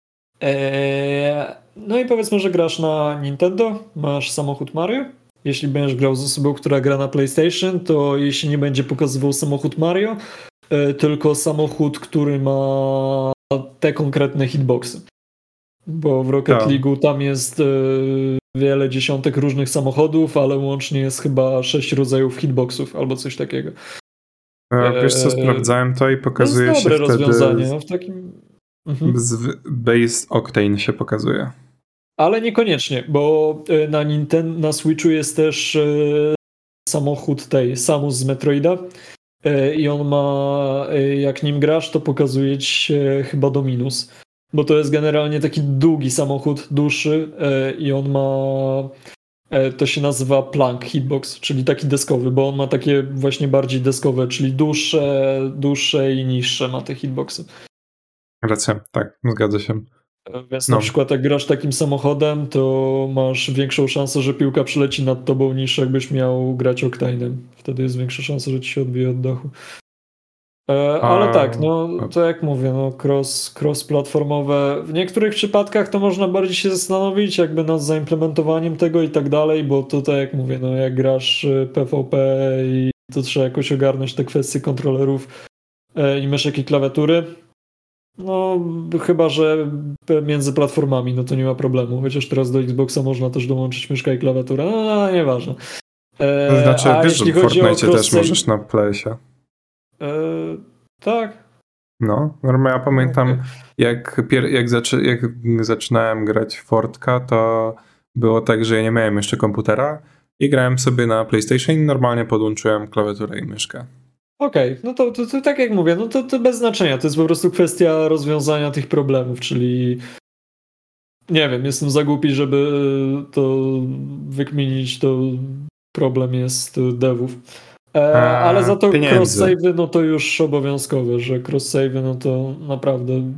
E, no i powiedzmy, że grasz na Nintendo, masz samochód Mario. Jeśli będziesz grał z osobą, która gra na PlayStation, to jeśli nie będzie pokazywał samochód Mario, e, tylko samochód, który ma te konkretne hitboxy. Bo w Rocket Tak. League'u tam jest e, wiele dziesiątek różnych samochodów, ale łącznie jest chyba sześć rodzajów hitboxów albo coś takiego. E, Wiesz co, Eee, sprawdzałem to i To pokazuje jest się dobre wtedy rozwiązanie. No, w takim... Mhm. z Base Octane się pokazuje. ale niekoniecznie, bo na Nintendo, na Switchu jest też samochód tej Samus z Metroida i on ma, jak nim grasz, to pokazuje ci się chyba Dominus, bo to jest generalnie taki długi samochód, dłuższy i on ma, to się nazywa plank hitbox, czyli taki deskowy, bo on ma takie właśnie bardziej deskowe, czyli dłuższe, dłuższe i niższe ma te hitboxy. Racja, tak, zgadza się. Więc No. na przykład jak grasz takim samochodem, to masz większą szansę, że piłka przyleci nad tobą, niż jakbyś miał grać Octane'em. Wtedy jest większa szansa, że ci się odbije od dachu. E, ale A... tak, no to jak mówię, no cross, cross-platformowe. W niektórych przypadkach to można bardziej się zastanowić jakby nad zaimplementowaniem tego i tak dalej, bo to tak jak mówię, no jak grasz P V P i to trzeba jakoś ogarnąć te kwestie kontrolerów e, i myszek i klawiatury. No, chyba że między platformami, no to nie ma problemu. Chociaż teraz do Xboxa można też dołączyć myszka i klawiaturę. No, nieważne. E, To znaczy, a wiesz, że jeśli w chodzi o Fortnite też cross-save... możesz na Playsie. E, tak. No, normalnie ja pamiętam, Okay. jak, pier- jak, zaczy- jak zaczynałem grać w Fortka, to było tak, że ja nie miałem jeszcze komputera i grałem sobie na PlayStation i normalnie podłączyłem klawiaturę i myszkę. Okej, okay. No to, to, to tak jak mówię, no to, to bez znaczenia. To jest po prostu kwestia rozwiązania tych problemów, czyli nie wiem, jestem za głupi, żeby to wykminić, to problem jest devów. E, ale za to cross-save'y, no to już obowiązkowe, że cross-save'y, no to naprawdę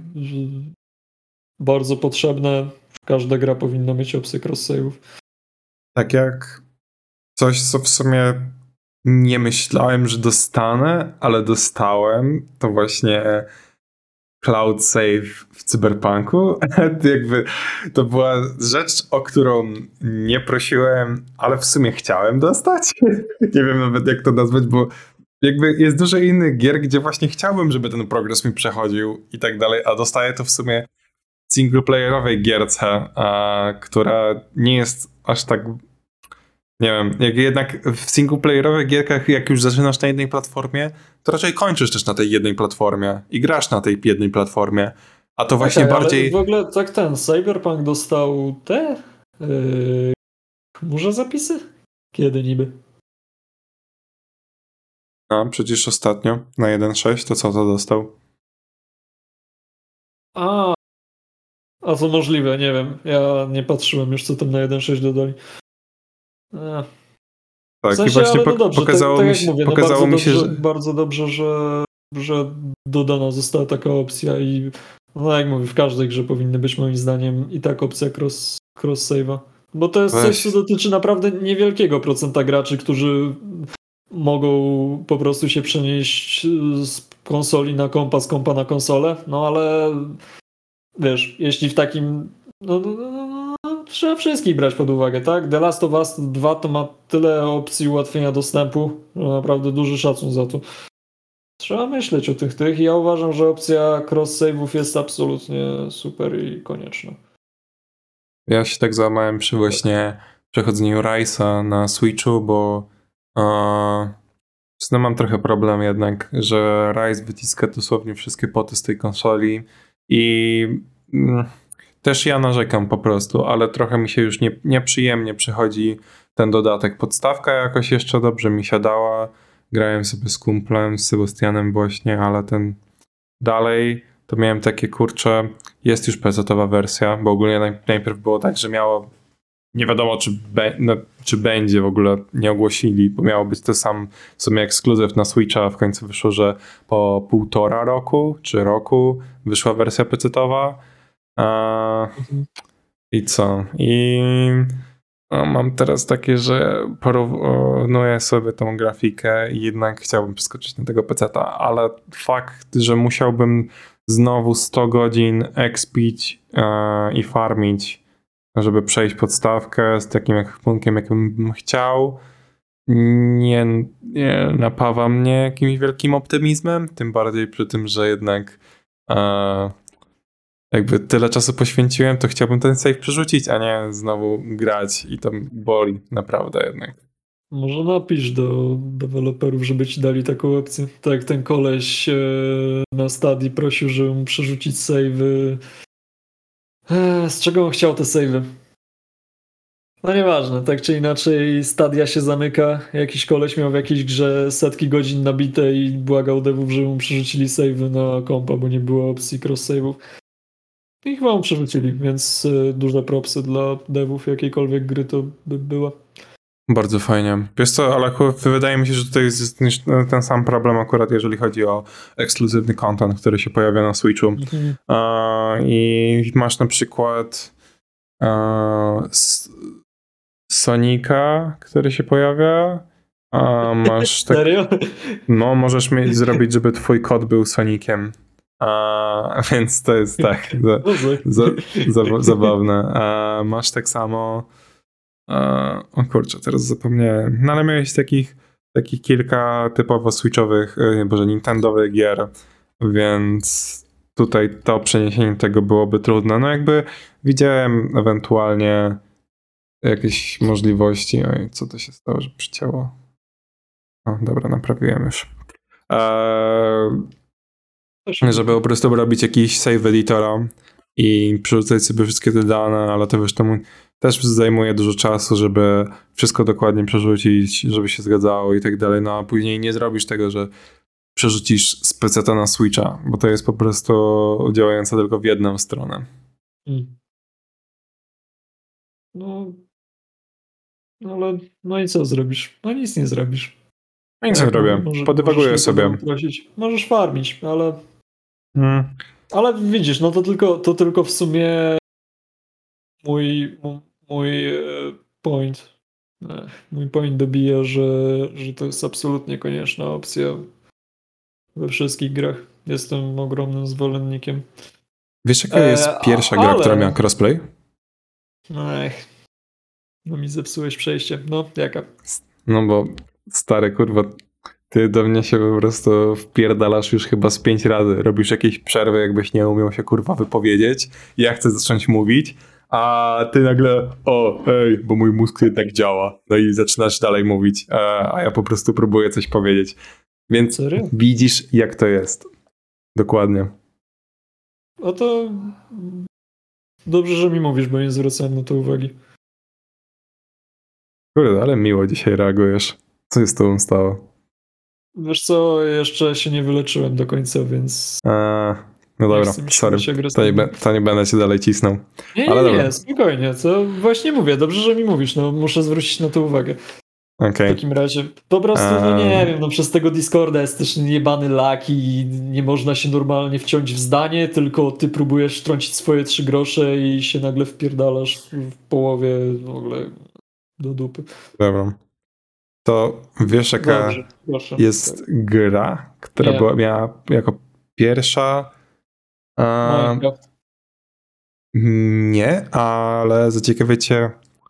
bardzo potrzebne. Każda gra powinna mieć opcję cross-save'ów. Tak jak coś, co w sumie nie myślałem, że dostanę, ale dostałem, to właśnie Cloud Save w Cyberpunku. Jakby to była rzecz, o którą nie prosiłem, ale w sumie chciałem dostać. Nie wiem nawet jak to nazwać, bo jakby jest dużo innych gier, gdzie właśnie chciałbym, żeby ten progres mi przechodził i tak dalej, a dostaję to w sumie w singleplayerowej gierce, a, która nie jest aż tak... Nie wiem, jak jednak w singleplayerowych gierkach, jak już zaczynasz na jednej platformie, to raczej kończysz też na tej jednej platformie i grasz na tej jednej platformie. A to właśnie okay, bardziej... Ale w ogóle tak ten Cyberpunk dostał te yy, chmurze zapisy? Kiedy niby? No, przecież ostatnio na jeden przecinek sześć to co to dostał? A, a to możliwe, nie wiem. Ja nie patrzyłem już, co tam na jeden przecinek sześć dodali. A. Tak, w sensie, i właśnie ale no dobrze, pokazało tak, mi tak się, jak mówię, pokazało no bardzo mi się, dobrze, że... bardzo dobrze, że, że dodana została taka opcja i no jak mówię, w każdej grze powinny być moim zdaniem i tak opcja cross, cross save'a. Bo to jest Weź. coś, co dotyczy naprawdę niewielkiego procenta graczy, którzy mogą po prostu się przenieść z konsoli na kompa, z kompa na konsolę, no ale wiesz, jeśli w takim no, no, no, no, trzeba wszystkich brać pod uwagę, tak? The Last of Us dwa to ma tyle opcji ułatwienia dostępu, że naprawdę duży szacun za to. Trzeba myśleć o tych tych i ja uważam, że opcja cross-save'ów jest absolutnie super i konieczna. Ja się tak załamałem przy właśnie przechodzeniu Rise'a na Switchu, bo uh, no mam trochę problem jednak, że Rise wyciska dosłownie wszystkie poty z tej konsoli i mm, też ja narzekam po prostu, ale trochę mi się już nie, nieprzyjemnie przychodzi ten dodatek. Podstawka jakoś jeszcze dobrze mi siadała. Grałem sobie z kumplem, z Sebastianem właśnie, ale ten dalej to miałem takie, kurcze, jest już pecetowa wersja, bo ogólnie najpierw było tak, że miało nie wiadomo, czy, be, no, czy będzie w ogóle, nie ogłosili, bo miało być to sam w sumie ekskluzyw na Switcha, a w końcu wyszło, że po półtora roku, czy roku wyszła wersja pecetowa. A, I co? I no, mam teraz takie, że porównuję sobie tą grafikę i jednak chciałbym przeskoczyć na tego peceta, ale fakt, że musiałbym znowu sto godzin expić e, i farmić, żeby przejść podstawkę z takim ekwipunkiem, jakim bym chciał, nie, nie napawa mnie jakimś wielkim optymizmem, tym bardziej przy tym, że jednak e, jakby tyle czasu poświęciłem, to chciałbym ten save przerzucić, a nie znowu grać i to boli naprawdę jednak. Może napisz do deweloperów, żeby ci dali taką opcję. Tak jak ten koleś e, na Stadii prosił, żeby mu przerzucić save'y. E, z czego on chciał te save'y? No nieważne, tak czy inaczej Stadia się zamyka, jakiś koleś miał w jakiejś grze setki godzin nabite i błagał devów, żeby mu przerzucili save'y na kompa, bo nie było opcji cross-save'ów. I chyba mu przerzucili, więc y, duże propsy dla devów jakiejkolwiek gry to by była. Bardzo fajnie. Wiesz co, ale wydaje mi się, że tutaj jest ten sam problem akurat, jeżeli chodzi o ekskluzywny content, który się pojawia na Switchu. Mhm. Uh, I masz na przykład uh, Sonika, który się pojawia. A masz tak, Serio? no, możesz mieć, zrobić, żeby twój kot był Sonikiem. A, więc to jest tak za, za, za, zabawne. A masz tak samo. A, o kurczę, teraz zapomniałem. No ale miałeś takich, takich kilka typowo switchowych, nie, boże, nintendowych gier, więc tutaj to przeniesienie tego byłoby trudne. No jakby widziałem ewentualnie jakieś możliwości. Oj, co to się stało, że przycięło? O, dobra, naprawiłem już. Eee, żeby po prostu robić jakiś save editora i przerzucać sobie wszystkie te dane, ale to wiesz, to też zajmuje dużo czasu, żeby wszystko dokładnie przerzucić, żeby się zgadzało i tak dalej, no a później nie zrobisz tego, że przerzucisz z peceta na Switcha, bo to jest po prostu działające tylko w jedną stronę. Hmm. No, no ale no i co zrobisz? No nic nie zrobisz. No nic nie robię, może, podywaguję możesz sobie. Prosić. Możesz farmić, ale Hmm. ale widzisz, no to tylko, to tylko w sumie mój, mój point mój point dobija, że, że to jest absolutnie konieczna opcja we wszystkich grach. Jestem ogromnym zwolennikiem. Wiesz, jaka jest e, pierwsza ale... gra, która miała crossplay? Ech, no mi zepsułeś przejście. No, jaka? No bo stary, kurwa, ty do mnie się po prostu wpierdalasz już chyba z pięć razy. Robisz jakieś przerwy, jakbyś nie umiał się kurwa wypowiedzieć. Ja chcę zacząć mówić, a ty nagle, o, ej, bo mój mózg jednak działa. No i zaczynasz dalej mówić, a ja po prostu próbuję coś powiedzieć. Więc Serio? widzisz, jak to jest. Dokładnie. No to dobrze, że mi mówisz, bo nie zwracałem na to uwagi. Kurde, ale miło dzisiaj reagujesz. Co się z tobą stało? Wiesz co, jeszcze się nie wyleczyłem do końca, więc... Eee, no dobra, sorry, to nie, to nie będę cię dalej cisnął. Nie, ale nie, dobra. nie, spokojnie, to właśnie mówię, dobrze, że mi mówisz, no muszę zwrócić na to uwagę. Okay. W takim razie, po prostu, no nie wiem, no przez tego Discorda jest też jebany lak i nie można się normalnie wciąć w zdanie, tylko ty próbujesz trącić swoje trzy grosze i się nagle wpierdalasz w połowie w ogóle do dupy. Dobra. To wiesz, jaka Dobrze, proszę, jest tak. gra, która nie. była, miała jako pierwsza... Um, nie, ale zaciekawiecie,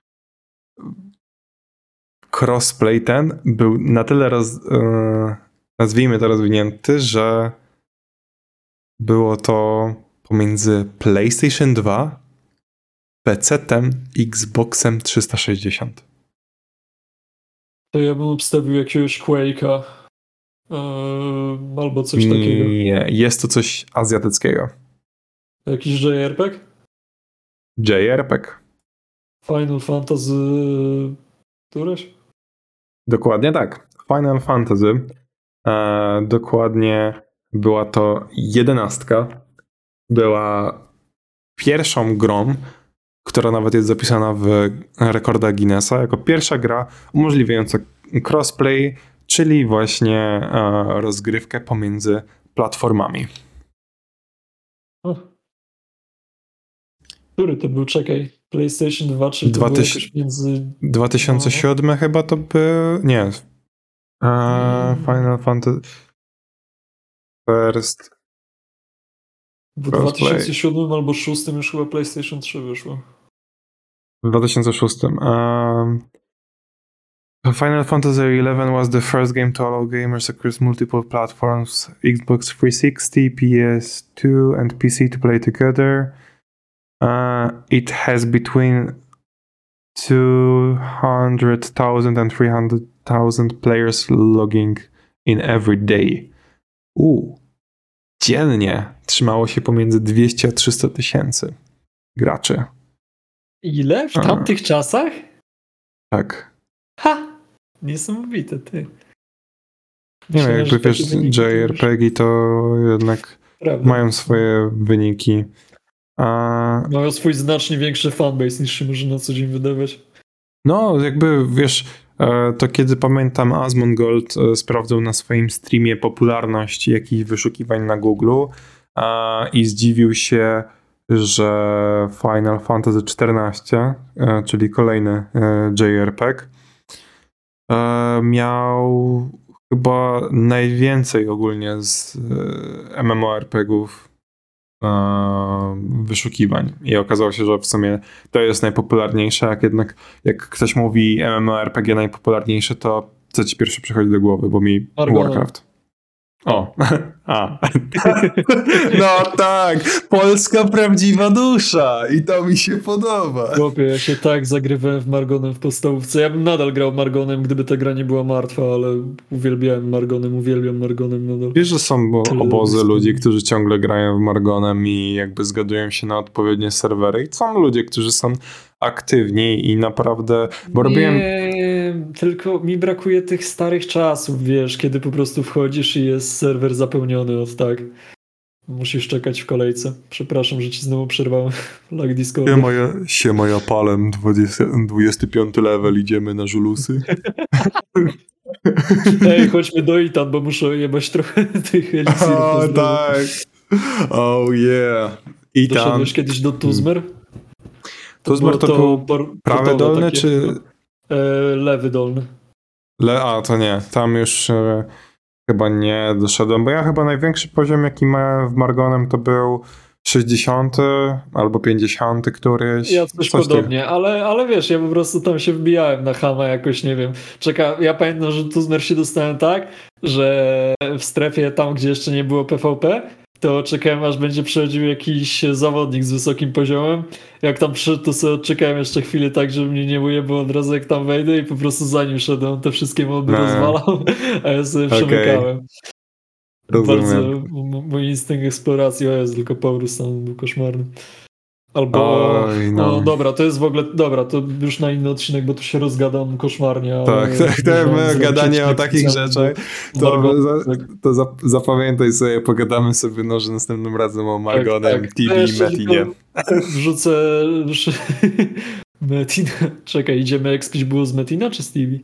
crossplay ten był na tyle roz, yy, nazwijmy to rozwinięty, że było to pomiędzy PlayStation dwa, pecetem, Xboxem trzysta sześćdziesiąt. To ja bym obstawił jakiegoś Quake'a yy, albo coś takiego. Nie, jest to coś azjatyckiego. Jakiś J R P G? J R P G. Final Fantasy... któreś? Dokładnie tak. Final Fantasy. E, dokładnie była to jedenastka. Była pierwszą grą, która nawet jest zapisana w rekordach Guinnessa, jako pierwsza gra umożliwiająca crossplay, czyli właśnie e, rozgrywkę pomiędzy platformami. O. Który to był? Czekaj. PlayStation dwa, czy to Dwa było tyś... jakoś między... dwa tysiące siódmy no. chyba to był... Nie. E, hmm. Final Fantasy... First... W dwa tysiące siódmym albo dwa tysiące szóstym już chyba PlayStation trzy wyszło. W dwa tysiące szóstym. Um, Final Fantasy eleven was the first game to allow gamers across multiple platforms, Xbox three sixty, P S two and P C to play together. Uh, it has between two hundred thousand and three hundred thousand players logging in every day. Uuu. Dziennie trzymało się pomiędzy dwieście a trzysta tysięcy graczy. Ile? W tamtych a. czasach? Tak. Ha! Niesamowite, ty. Nie wiem, Myślałem, jakby że takie wiesz, wyniki to już- J R P G to jednak Prawda. mają swoje wyniki. A Mają swój znacznie większy fanbase niż się może na co dzień wydawać. no, jakby wiesz, e, to kiedy pamiętam Asmongold e, sprawdzał na swoim streamie popularność jakichś wyszukiwań na Google'u a, i zdziwił się, że Final Fantasy czternaście, e, czyli kolejny e, J R P G, e, miał chyba najwięcej ogólnie z e, MMORPGów e, wyszukiwań. I okazało się, że w sumie to jest najpopularniejsze, jak jednak jak ktoś mówi MMORPG najpopularniejsze, to co ci pierwszy przychodzi do głowy, bo mi Margona. Warcraft. O, a. No tak, polska prawdziwa dusza i to mi się podoba. Chłopie, ja się tak zagrywałem w Margonem w podstawówce. Ja bym nadal grał Margonem, gdyby ta gra nie była martwa, ale uwielbiałem Margonem, uwielbiam Margonem nadal. Wiesz, że są bo- Tyle obozy jest. ludzi, którzy ciągle grają w Margonem i jakby zgadują się na odpowiednie serwery i są ludzie, którzy są aktywni i naprawdę, bo robiłem... Nie, tylko mi brakuje tych starych czasów, wiesz, kiedy po prostu wchodzisz i jest serwer zapełniony od tak. Musisz czekać w kolejce. Przepraszam, że ci znowu przerwałem lag Discorda. Siema, ja, siema ja palem, dwudziesty piąty level, idziemy na żulusy. Ej, chodźmy do Itan, bo muszę jebać trochę tych eliksirów. O, na zdrowie. tak. Oh yeah. I tam. Doszedłeś kiedyś do Tuzmer? Tuzmer to był por- prawy portowe dolny, takie. czy... E, lewy dolny. Le... A, to nie. Tam już e, chyba nie doszedłem, bo ja chyba największy poziom, jaki miałem w Margonem, to był sześćdziesiąty albo pięćdziesiąty któryś. Ja coś, Coś podobnie, ale, ale wiesz, ja po prostu tam się wbijałem na chama jakoś, nie wiem. Czeka, ja pamiętam, że Tuzmer się dostałem tak, że w strefie tam, gdzie jeszcze nie było P V P, to czekałem, aż będzie przychodził jakiś zawodnik z wysokim poziomem. Jak tam przyszedł, to sobie odczekałem jeszcze chwilę tak, żeby mnie nie ujebał od razu jak tam wejdę i po prostu za nim szedłem, te wszystkie moby No. rozwalał, a ja sobie Okej. przemykałem. Rozumiem. Bardzo m- mój instynkt eksploracji, o jest tylko Paulus tam był koszmarny. Albo, Oj, no. no. dobra, to jest w ogóle, dobra, to już na inny odcinek, bo tu się rozgadam koszmarnie. ale Tak, tak, tak, można my zrobić gadanie o odcinek takich specjalny rzeczach, do to, Margonu, za, tak. to za, zapamiętaj sobie, pogadamy sobie no, że następnym razem o Margonem, tak. T To V i jeszcze Metinie. tylko Wrzucę... Metin. Czekaj, idziemy ekspić było z Metina czy Stevie?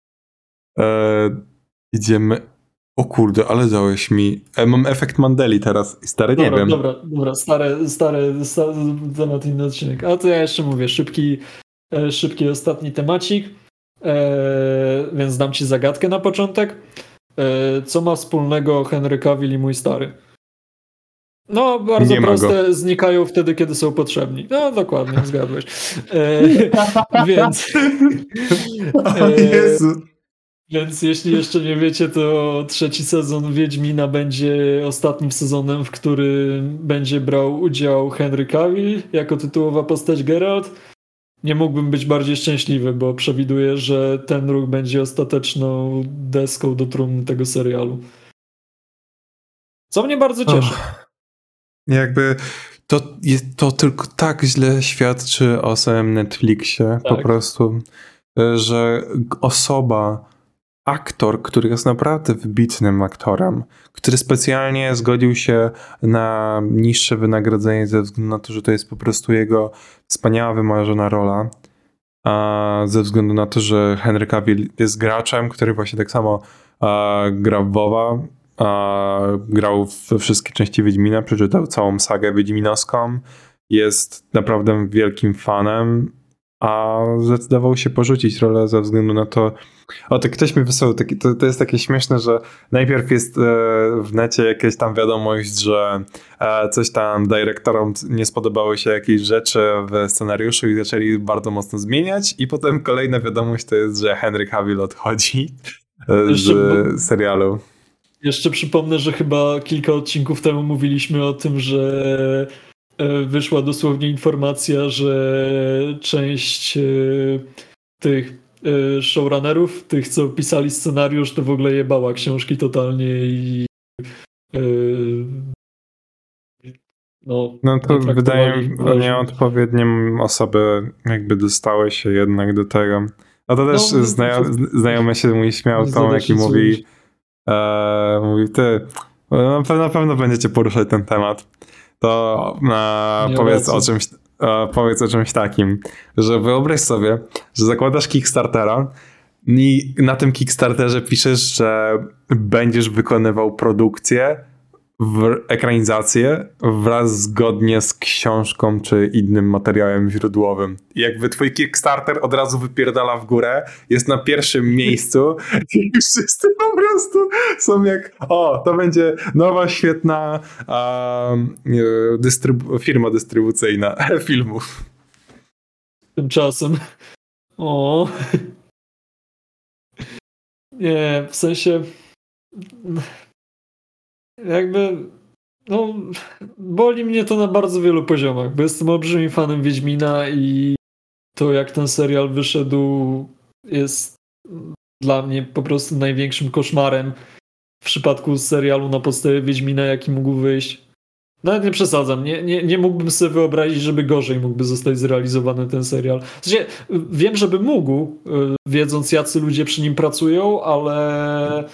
E, idziemy... O kurde, ale dałeś mi... E, mam efekt Mandeli teraz i stary, nie Dobra, wiem. dobra, dobra, stare, stare, stare temat inny odcinek. A to ja jeszcze mówię, szybki, e, szybki ostatni temacik, e, więc dam ci zagadkę na początek. E, co ma wspólnego Henry Cavill i mój stary? No, bardzo Nie ma proste, go. znikają wtedy, kiedy są potrzebni. No, dokładnie, zgadłeś. E, więc... O Jezu. Więc jeśli jeszcze nie wiecie, to trzeci sezon Wiedźmina będzie ostatnim sezonem, w którym będzie brał udział Henry Cavill jako tytułowa postać Geralt. Nie mógłbym być bardziej szczęśliwy, bo przewiduję, że ten ruch będzie ostateczną deską do trumny tego serialu. Co mnie bardzo cieszy. Och. Jakby to, jest, to tylko tak źle świadczy o samym Netflixie po Tak. prostu, że osoba, aktor, który jest naprawdę wybitnym aktorem, który specjalnie zgodził się na niższe wynagrodzenie ze względu na to, że to jest po prostu jego wspaniała, wymarzona rola, a ze względu na to, że Henry Cavill jest graczem, który właśnie tak samo a, gra w WoWa, a, grał we wszystkie części Wiedźmina, przeczytał całą sagę wiedźminowską, jest naprawdę wielkim fanem, a zdecydował się porzucić rolę ze względu na to. O, tak ktoś mi wysłał, taki, to, to jest takie śmieszne, że najpierw jest e, w necie jakaś tam wiadomość, że e, coś tam dyrektorom nie spodobały się jakieś rzeczy w scenariuszu i zaczęli bardzo mocno zmieniać, i potem kolejna wiadomość to jest, że Henry Cavill odchodzi e, z Jeszcze- serialu. Jeszcze przypomnę, że chyba kilka odcinków temu mówiliśmy o tym, że e, wyszła dosłownie informacja, że część e, tych e, showrunnerów, tych co pisali scenariusz, to w ogóle jebała książki totalnie i e, no, No to nie wydaje traktowali mi ich się, poważnie. nieodpowiednie osoby jakby dostały się jednak do tego. No to też No, no, znajo- znajomy się mój śmiał nie tą, zada jaki się mówi, coś. e, mówi, ty, no, na pewno, na pewno będziecie poruszać ten temat. To e, Miał powiedz o rację. czymś, e, powiedz o czymś takim, że wyobraź sobie, że zakładasz Kickstartera i na tym Kickstarterze piszesz, że będziesz wykonywał produkcję, w ekranizację wraz zgodnie z książką czy innym materiałem źródłowym. I jakby twój Kickstarter od razu wypierdala w górę, jest na pierwszym miejscu i wszyscy po prostu są jak, o, to będzie nowa, świetna um, dystrybu- firma dystrybucyjna filmów. Tymczasem. O. Nie, w sensie. Jakby. No. Boli mnie to na bardzo wielu poziomach, bo jestem olbrzymim fanem Wiedźmina i to, jak ten serial wyszedł, jest dla mnie po prostu największym koszmarem w przypadku serialu na podstawie Wiedźmina, jaki mógł wyjść. Nawet nie przesadzam, nie, nie, nie mógłbym sobie wyobrazić, żeby gorzej mógłby zostać zrealizowany ten serial. W sensie, wiem, żeby mógł, wiedząc jacy ludzie przy nim pracują, ale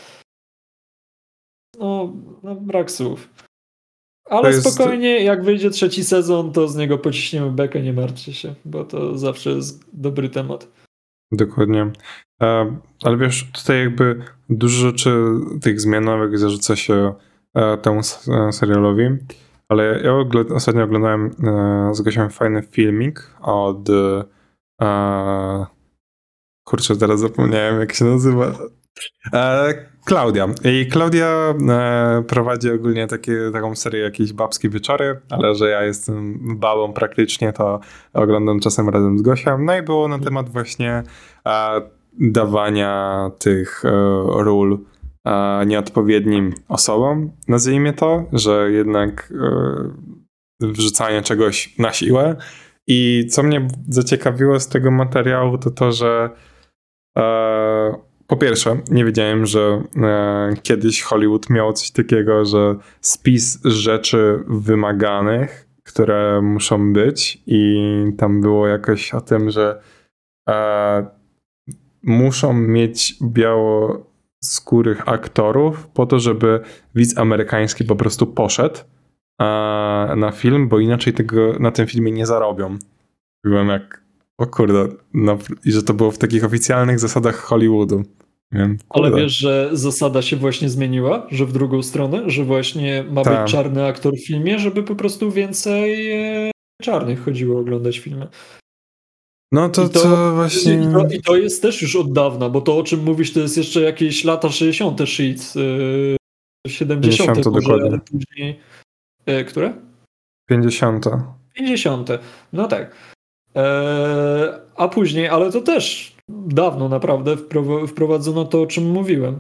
no, no brak słów. Ale To jest- spokojnie, jak wyjdzie trzeci sezon, to z niego pociśniemy bekę, nie martwcie się, bo to zawsze jest dobry temat. Dokładnie. E, ale wiesz, tutaj jakby dużo rzeczy tych zmianowych zarzuca się e, temu s- e, serialowi, ale ja ogl- ostatnio oglądałem e, z Gosią fajny filmik od e, kurczę, teraz zapomniałem jak się nazywa. E, Klaudia. I Klaudia e, prowadzi ogólnie takie, taką serię jakieś babskie wieczory, ale że ja jestem babą praktycznie, to oglądam czasem razem z Gosią. No i było na temat właśnie e, dawania tych e, ról e, nieodpowiednim osobom, nazwijmy to, że jednak e, wrzucanie czegoś na siłę. I co mnie zaciekawiło z tego materiału, to to, że e, po pierwsze, nie wiedziałem, że e, kiedyś Hollywood miał coś takiego, że spis rzeczy wymaganych, które muszą być, i tam było jakoś o tym, że e, muszą mieć białoskórych aktorów po to, żeby widz amerykański po prostu poszedł e, na film, bo inaczej tego na tym filmie nie zarobią. Byłem jak, o kurde, no, i że to było w takich oficjalnych zasadach Hollywoodu. Wiem, Ale kurde. wiesz, że zasada się właśnie zmieniła, że w drugą stronę, że właśnie ma Tak. być czarny aktor w filmie, żeby po prostu więcej e, czarnych chodziło oglądać filmy. No to, I to, to właśnie... I to, I to jest też już od dawna, bo to, o czym mówisz, to jest jeszcze jakieś lata sześćdziesiąte shit, yy, siedemdziesiąte pięćdziesiąte może, dokładnie. ale później... Yy, które? pięćdziesiąte. pięćdziesiąte. No tak. Eee, a później, ale to też dawno naprawdę wprow- wprowadzono to, o czym mówiłem.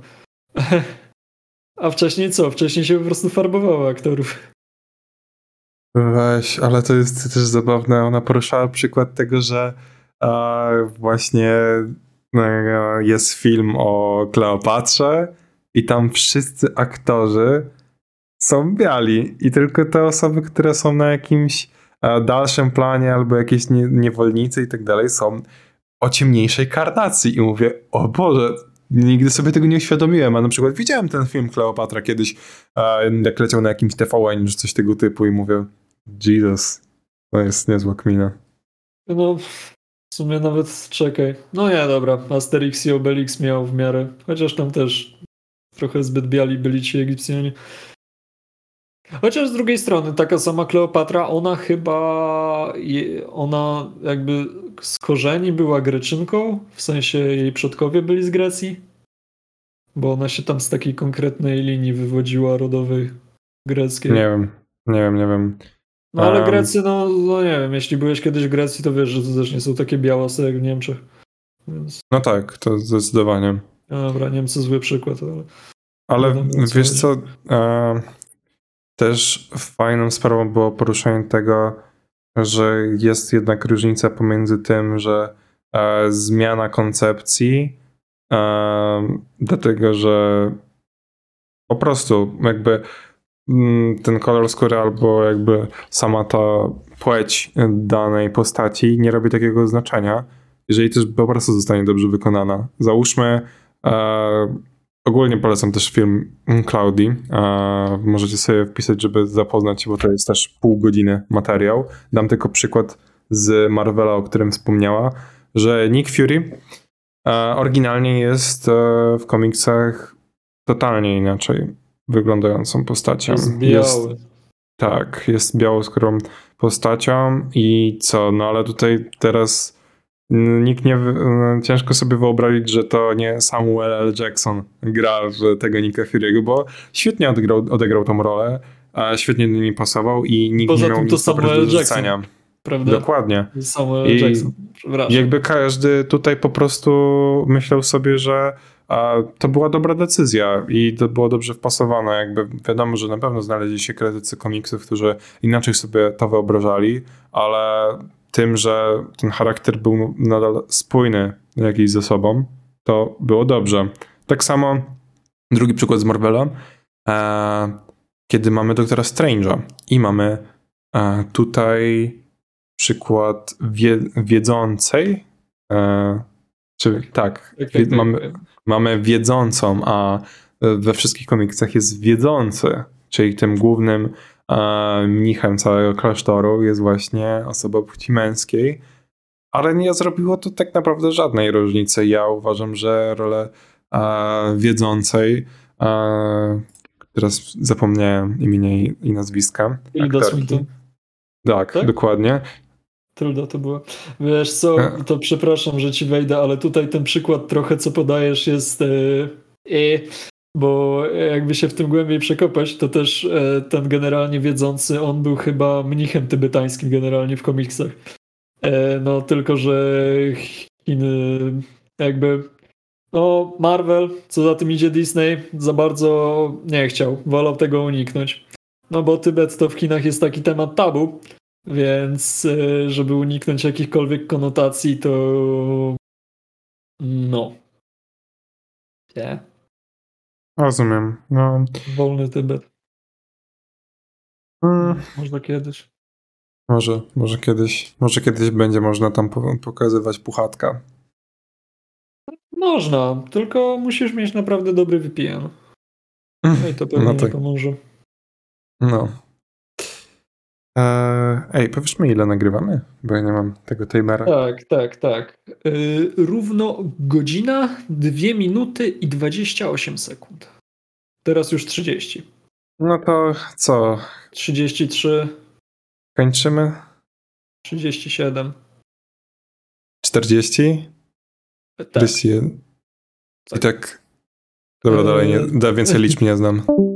A wcześniej co? Wcześniej się po prostu farbowało aktorów. Weź, ale to jest też zabawne. Ona poruszała przykład tego, że e, właśnie e, jest film o Kleopatrze i tam wszyscy aktorzy są biali i tylko te osoby, które są na jakimś e, dalszym planie albo jakieś nie, niewolnicy i tak dalej są o ciemniejszej karnacji. I mówię, o Boże, nigdy sobie tego nie uświadomiłem, a na przykład widziałem ten film Kleopatra kiedyś, e, jak leciał na jakimś T V N czy coś tego typu i mówię, Jesus, to jest niezła kmina. No, w sumie nawet czekaj. No nie, dobra. Asterix i Obelix miał w miarę. Chociaż tam też trochę zbyt biali byli ci Egipcjanie. Chociaż z drugiej strony taka sama Kleopatra, ona chyba je- ona jakby z korzeni była Greczynką, w sensie jej przodkowie byli z Grecji, bo ona się tam z takiej konkretnej linii wywodziła rodowej greckiej. Nie wiem, nie wiem, nie wiem. No ale Um, Grecy, no, no nie wiem, jeśli byłeś kiedyś w Grecji, to wiesz, że to też nie są takie białasy jak w Niemczech. Więc, No tak, to zdecydowanie. no dobra, Niemcy zły przykład, ale... Ale Wiadomo, o co wiesz chodzi. co, e, też fajną sprawą było poruszenie tego, że jest jednak różnica pomiędzy tym, że e, zmiana koncepcji, e, dlatego że po prostu jakby mm, ten kolor skóry albo jakby sama ta płeć danej postaci nie robi takiego znaczenia. jeżeli też po prostu zostanie dobrze wykonana. Załóżmy, e, ogólnie polecam też film Cloudy. E, możecie sobie wpisać, żeby zapoznać się, bo to jest też pół godziny materiał. Dam tylko przykład z Marvela, o którym wspomniała, że Nick Fury e, oryginalnie jest e, w komiksach totalnie inaczej wyglądającą postacią. Jest biały. Jest, tak, jest białoskórą postacią i co, no ale tutaj teraz nikt nie, ciężko sobie wyobrazić, że to nie Samuel L. Jackson gra w tego Nicka Fury'ego, bo świetnie odegrał, odegrał tą rolę, a świetnie do niej pasował i nikt Poza nie miał tym to nic do Samuel rzucenia. Jackson, prawda? Dokładnie. Samuel I Jackson, przepraszam. jakby każdy tutaj po prostu myślał sobie, że a, to była dobra decyzja i to było dobrze wpasowane. Jakby wiadomo, że na pewno znaleźli się krytycy komiksów, którzy inaczej sobie to wyobrażali, ale tym, że ten charakter był nadal spójny jakiś ze sobą, to było dobrze. Tak samo drugi przykład z Marvela, e, kiedy mamy Doktora Strange'a i mamy e, tutaj przykład wie, wiedzącej, e, czy tak, Tak, wie, tak, tak. mamy, mamy wiedzącą, a we wszystkich komiksach jest wiedzący, czyli tym głównym e, mnichem całego klasztoru jest właśnie osoba płci męskiej, ale nie zrobiło to tak naprawdę żadnej różnicy. Ja uważam, że rolę e, wiedzącej, e, teraz zapomniałem imienia i, i nazwiska. Tilda aktorki. Swinton. Tak, Tak? dokładnie. Trudno to było. Wiesz co, to przepraszam, że ci wejdę, ale tutaj ten przykład trochę, co podajesz, jest yy, yy, bo jakby się w tym głębiej przekopać, to też yy, ten generalnie wiedzący, on był chyba mnichem tybetańskim generalnie w komiksach. Yy, no tylko, że Chiny jakby no Marvel, co za tym idzie Disney, za bardzo nie chciał, wolał tego uniknąć. No bo Tybet to w Chinach jest taki temat tabu, więc żeby uniknąć jakichkolwiek konotacji, to no. Nie. Rozumiem. No. Wolny Tybet. Hmm. Można kiedyś. Może, może kiedyś, może kiedyś będzie można tam po- pokazywać puchatka. Można, tylko musisz mieć naprawdę dobry V P N. No i to pewnie No nie tak. pomoże. No. Eee, ej, powiesz mi, ile nagrywamy? Bo ja nie mam tego timera. Tak, tak, tak. Yy, równo godzina, dwie minuty i dwadzieścia osiem sekund. Teraz już trzydzieści. No to co? trzydzieści trzy, Kończymy? trzydzieści siedem. czterdzieści? Tak. czterdzieści jeden. I tak... Dobra, Eee, dalej, nie, da więcej liczb nie znam.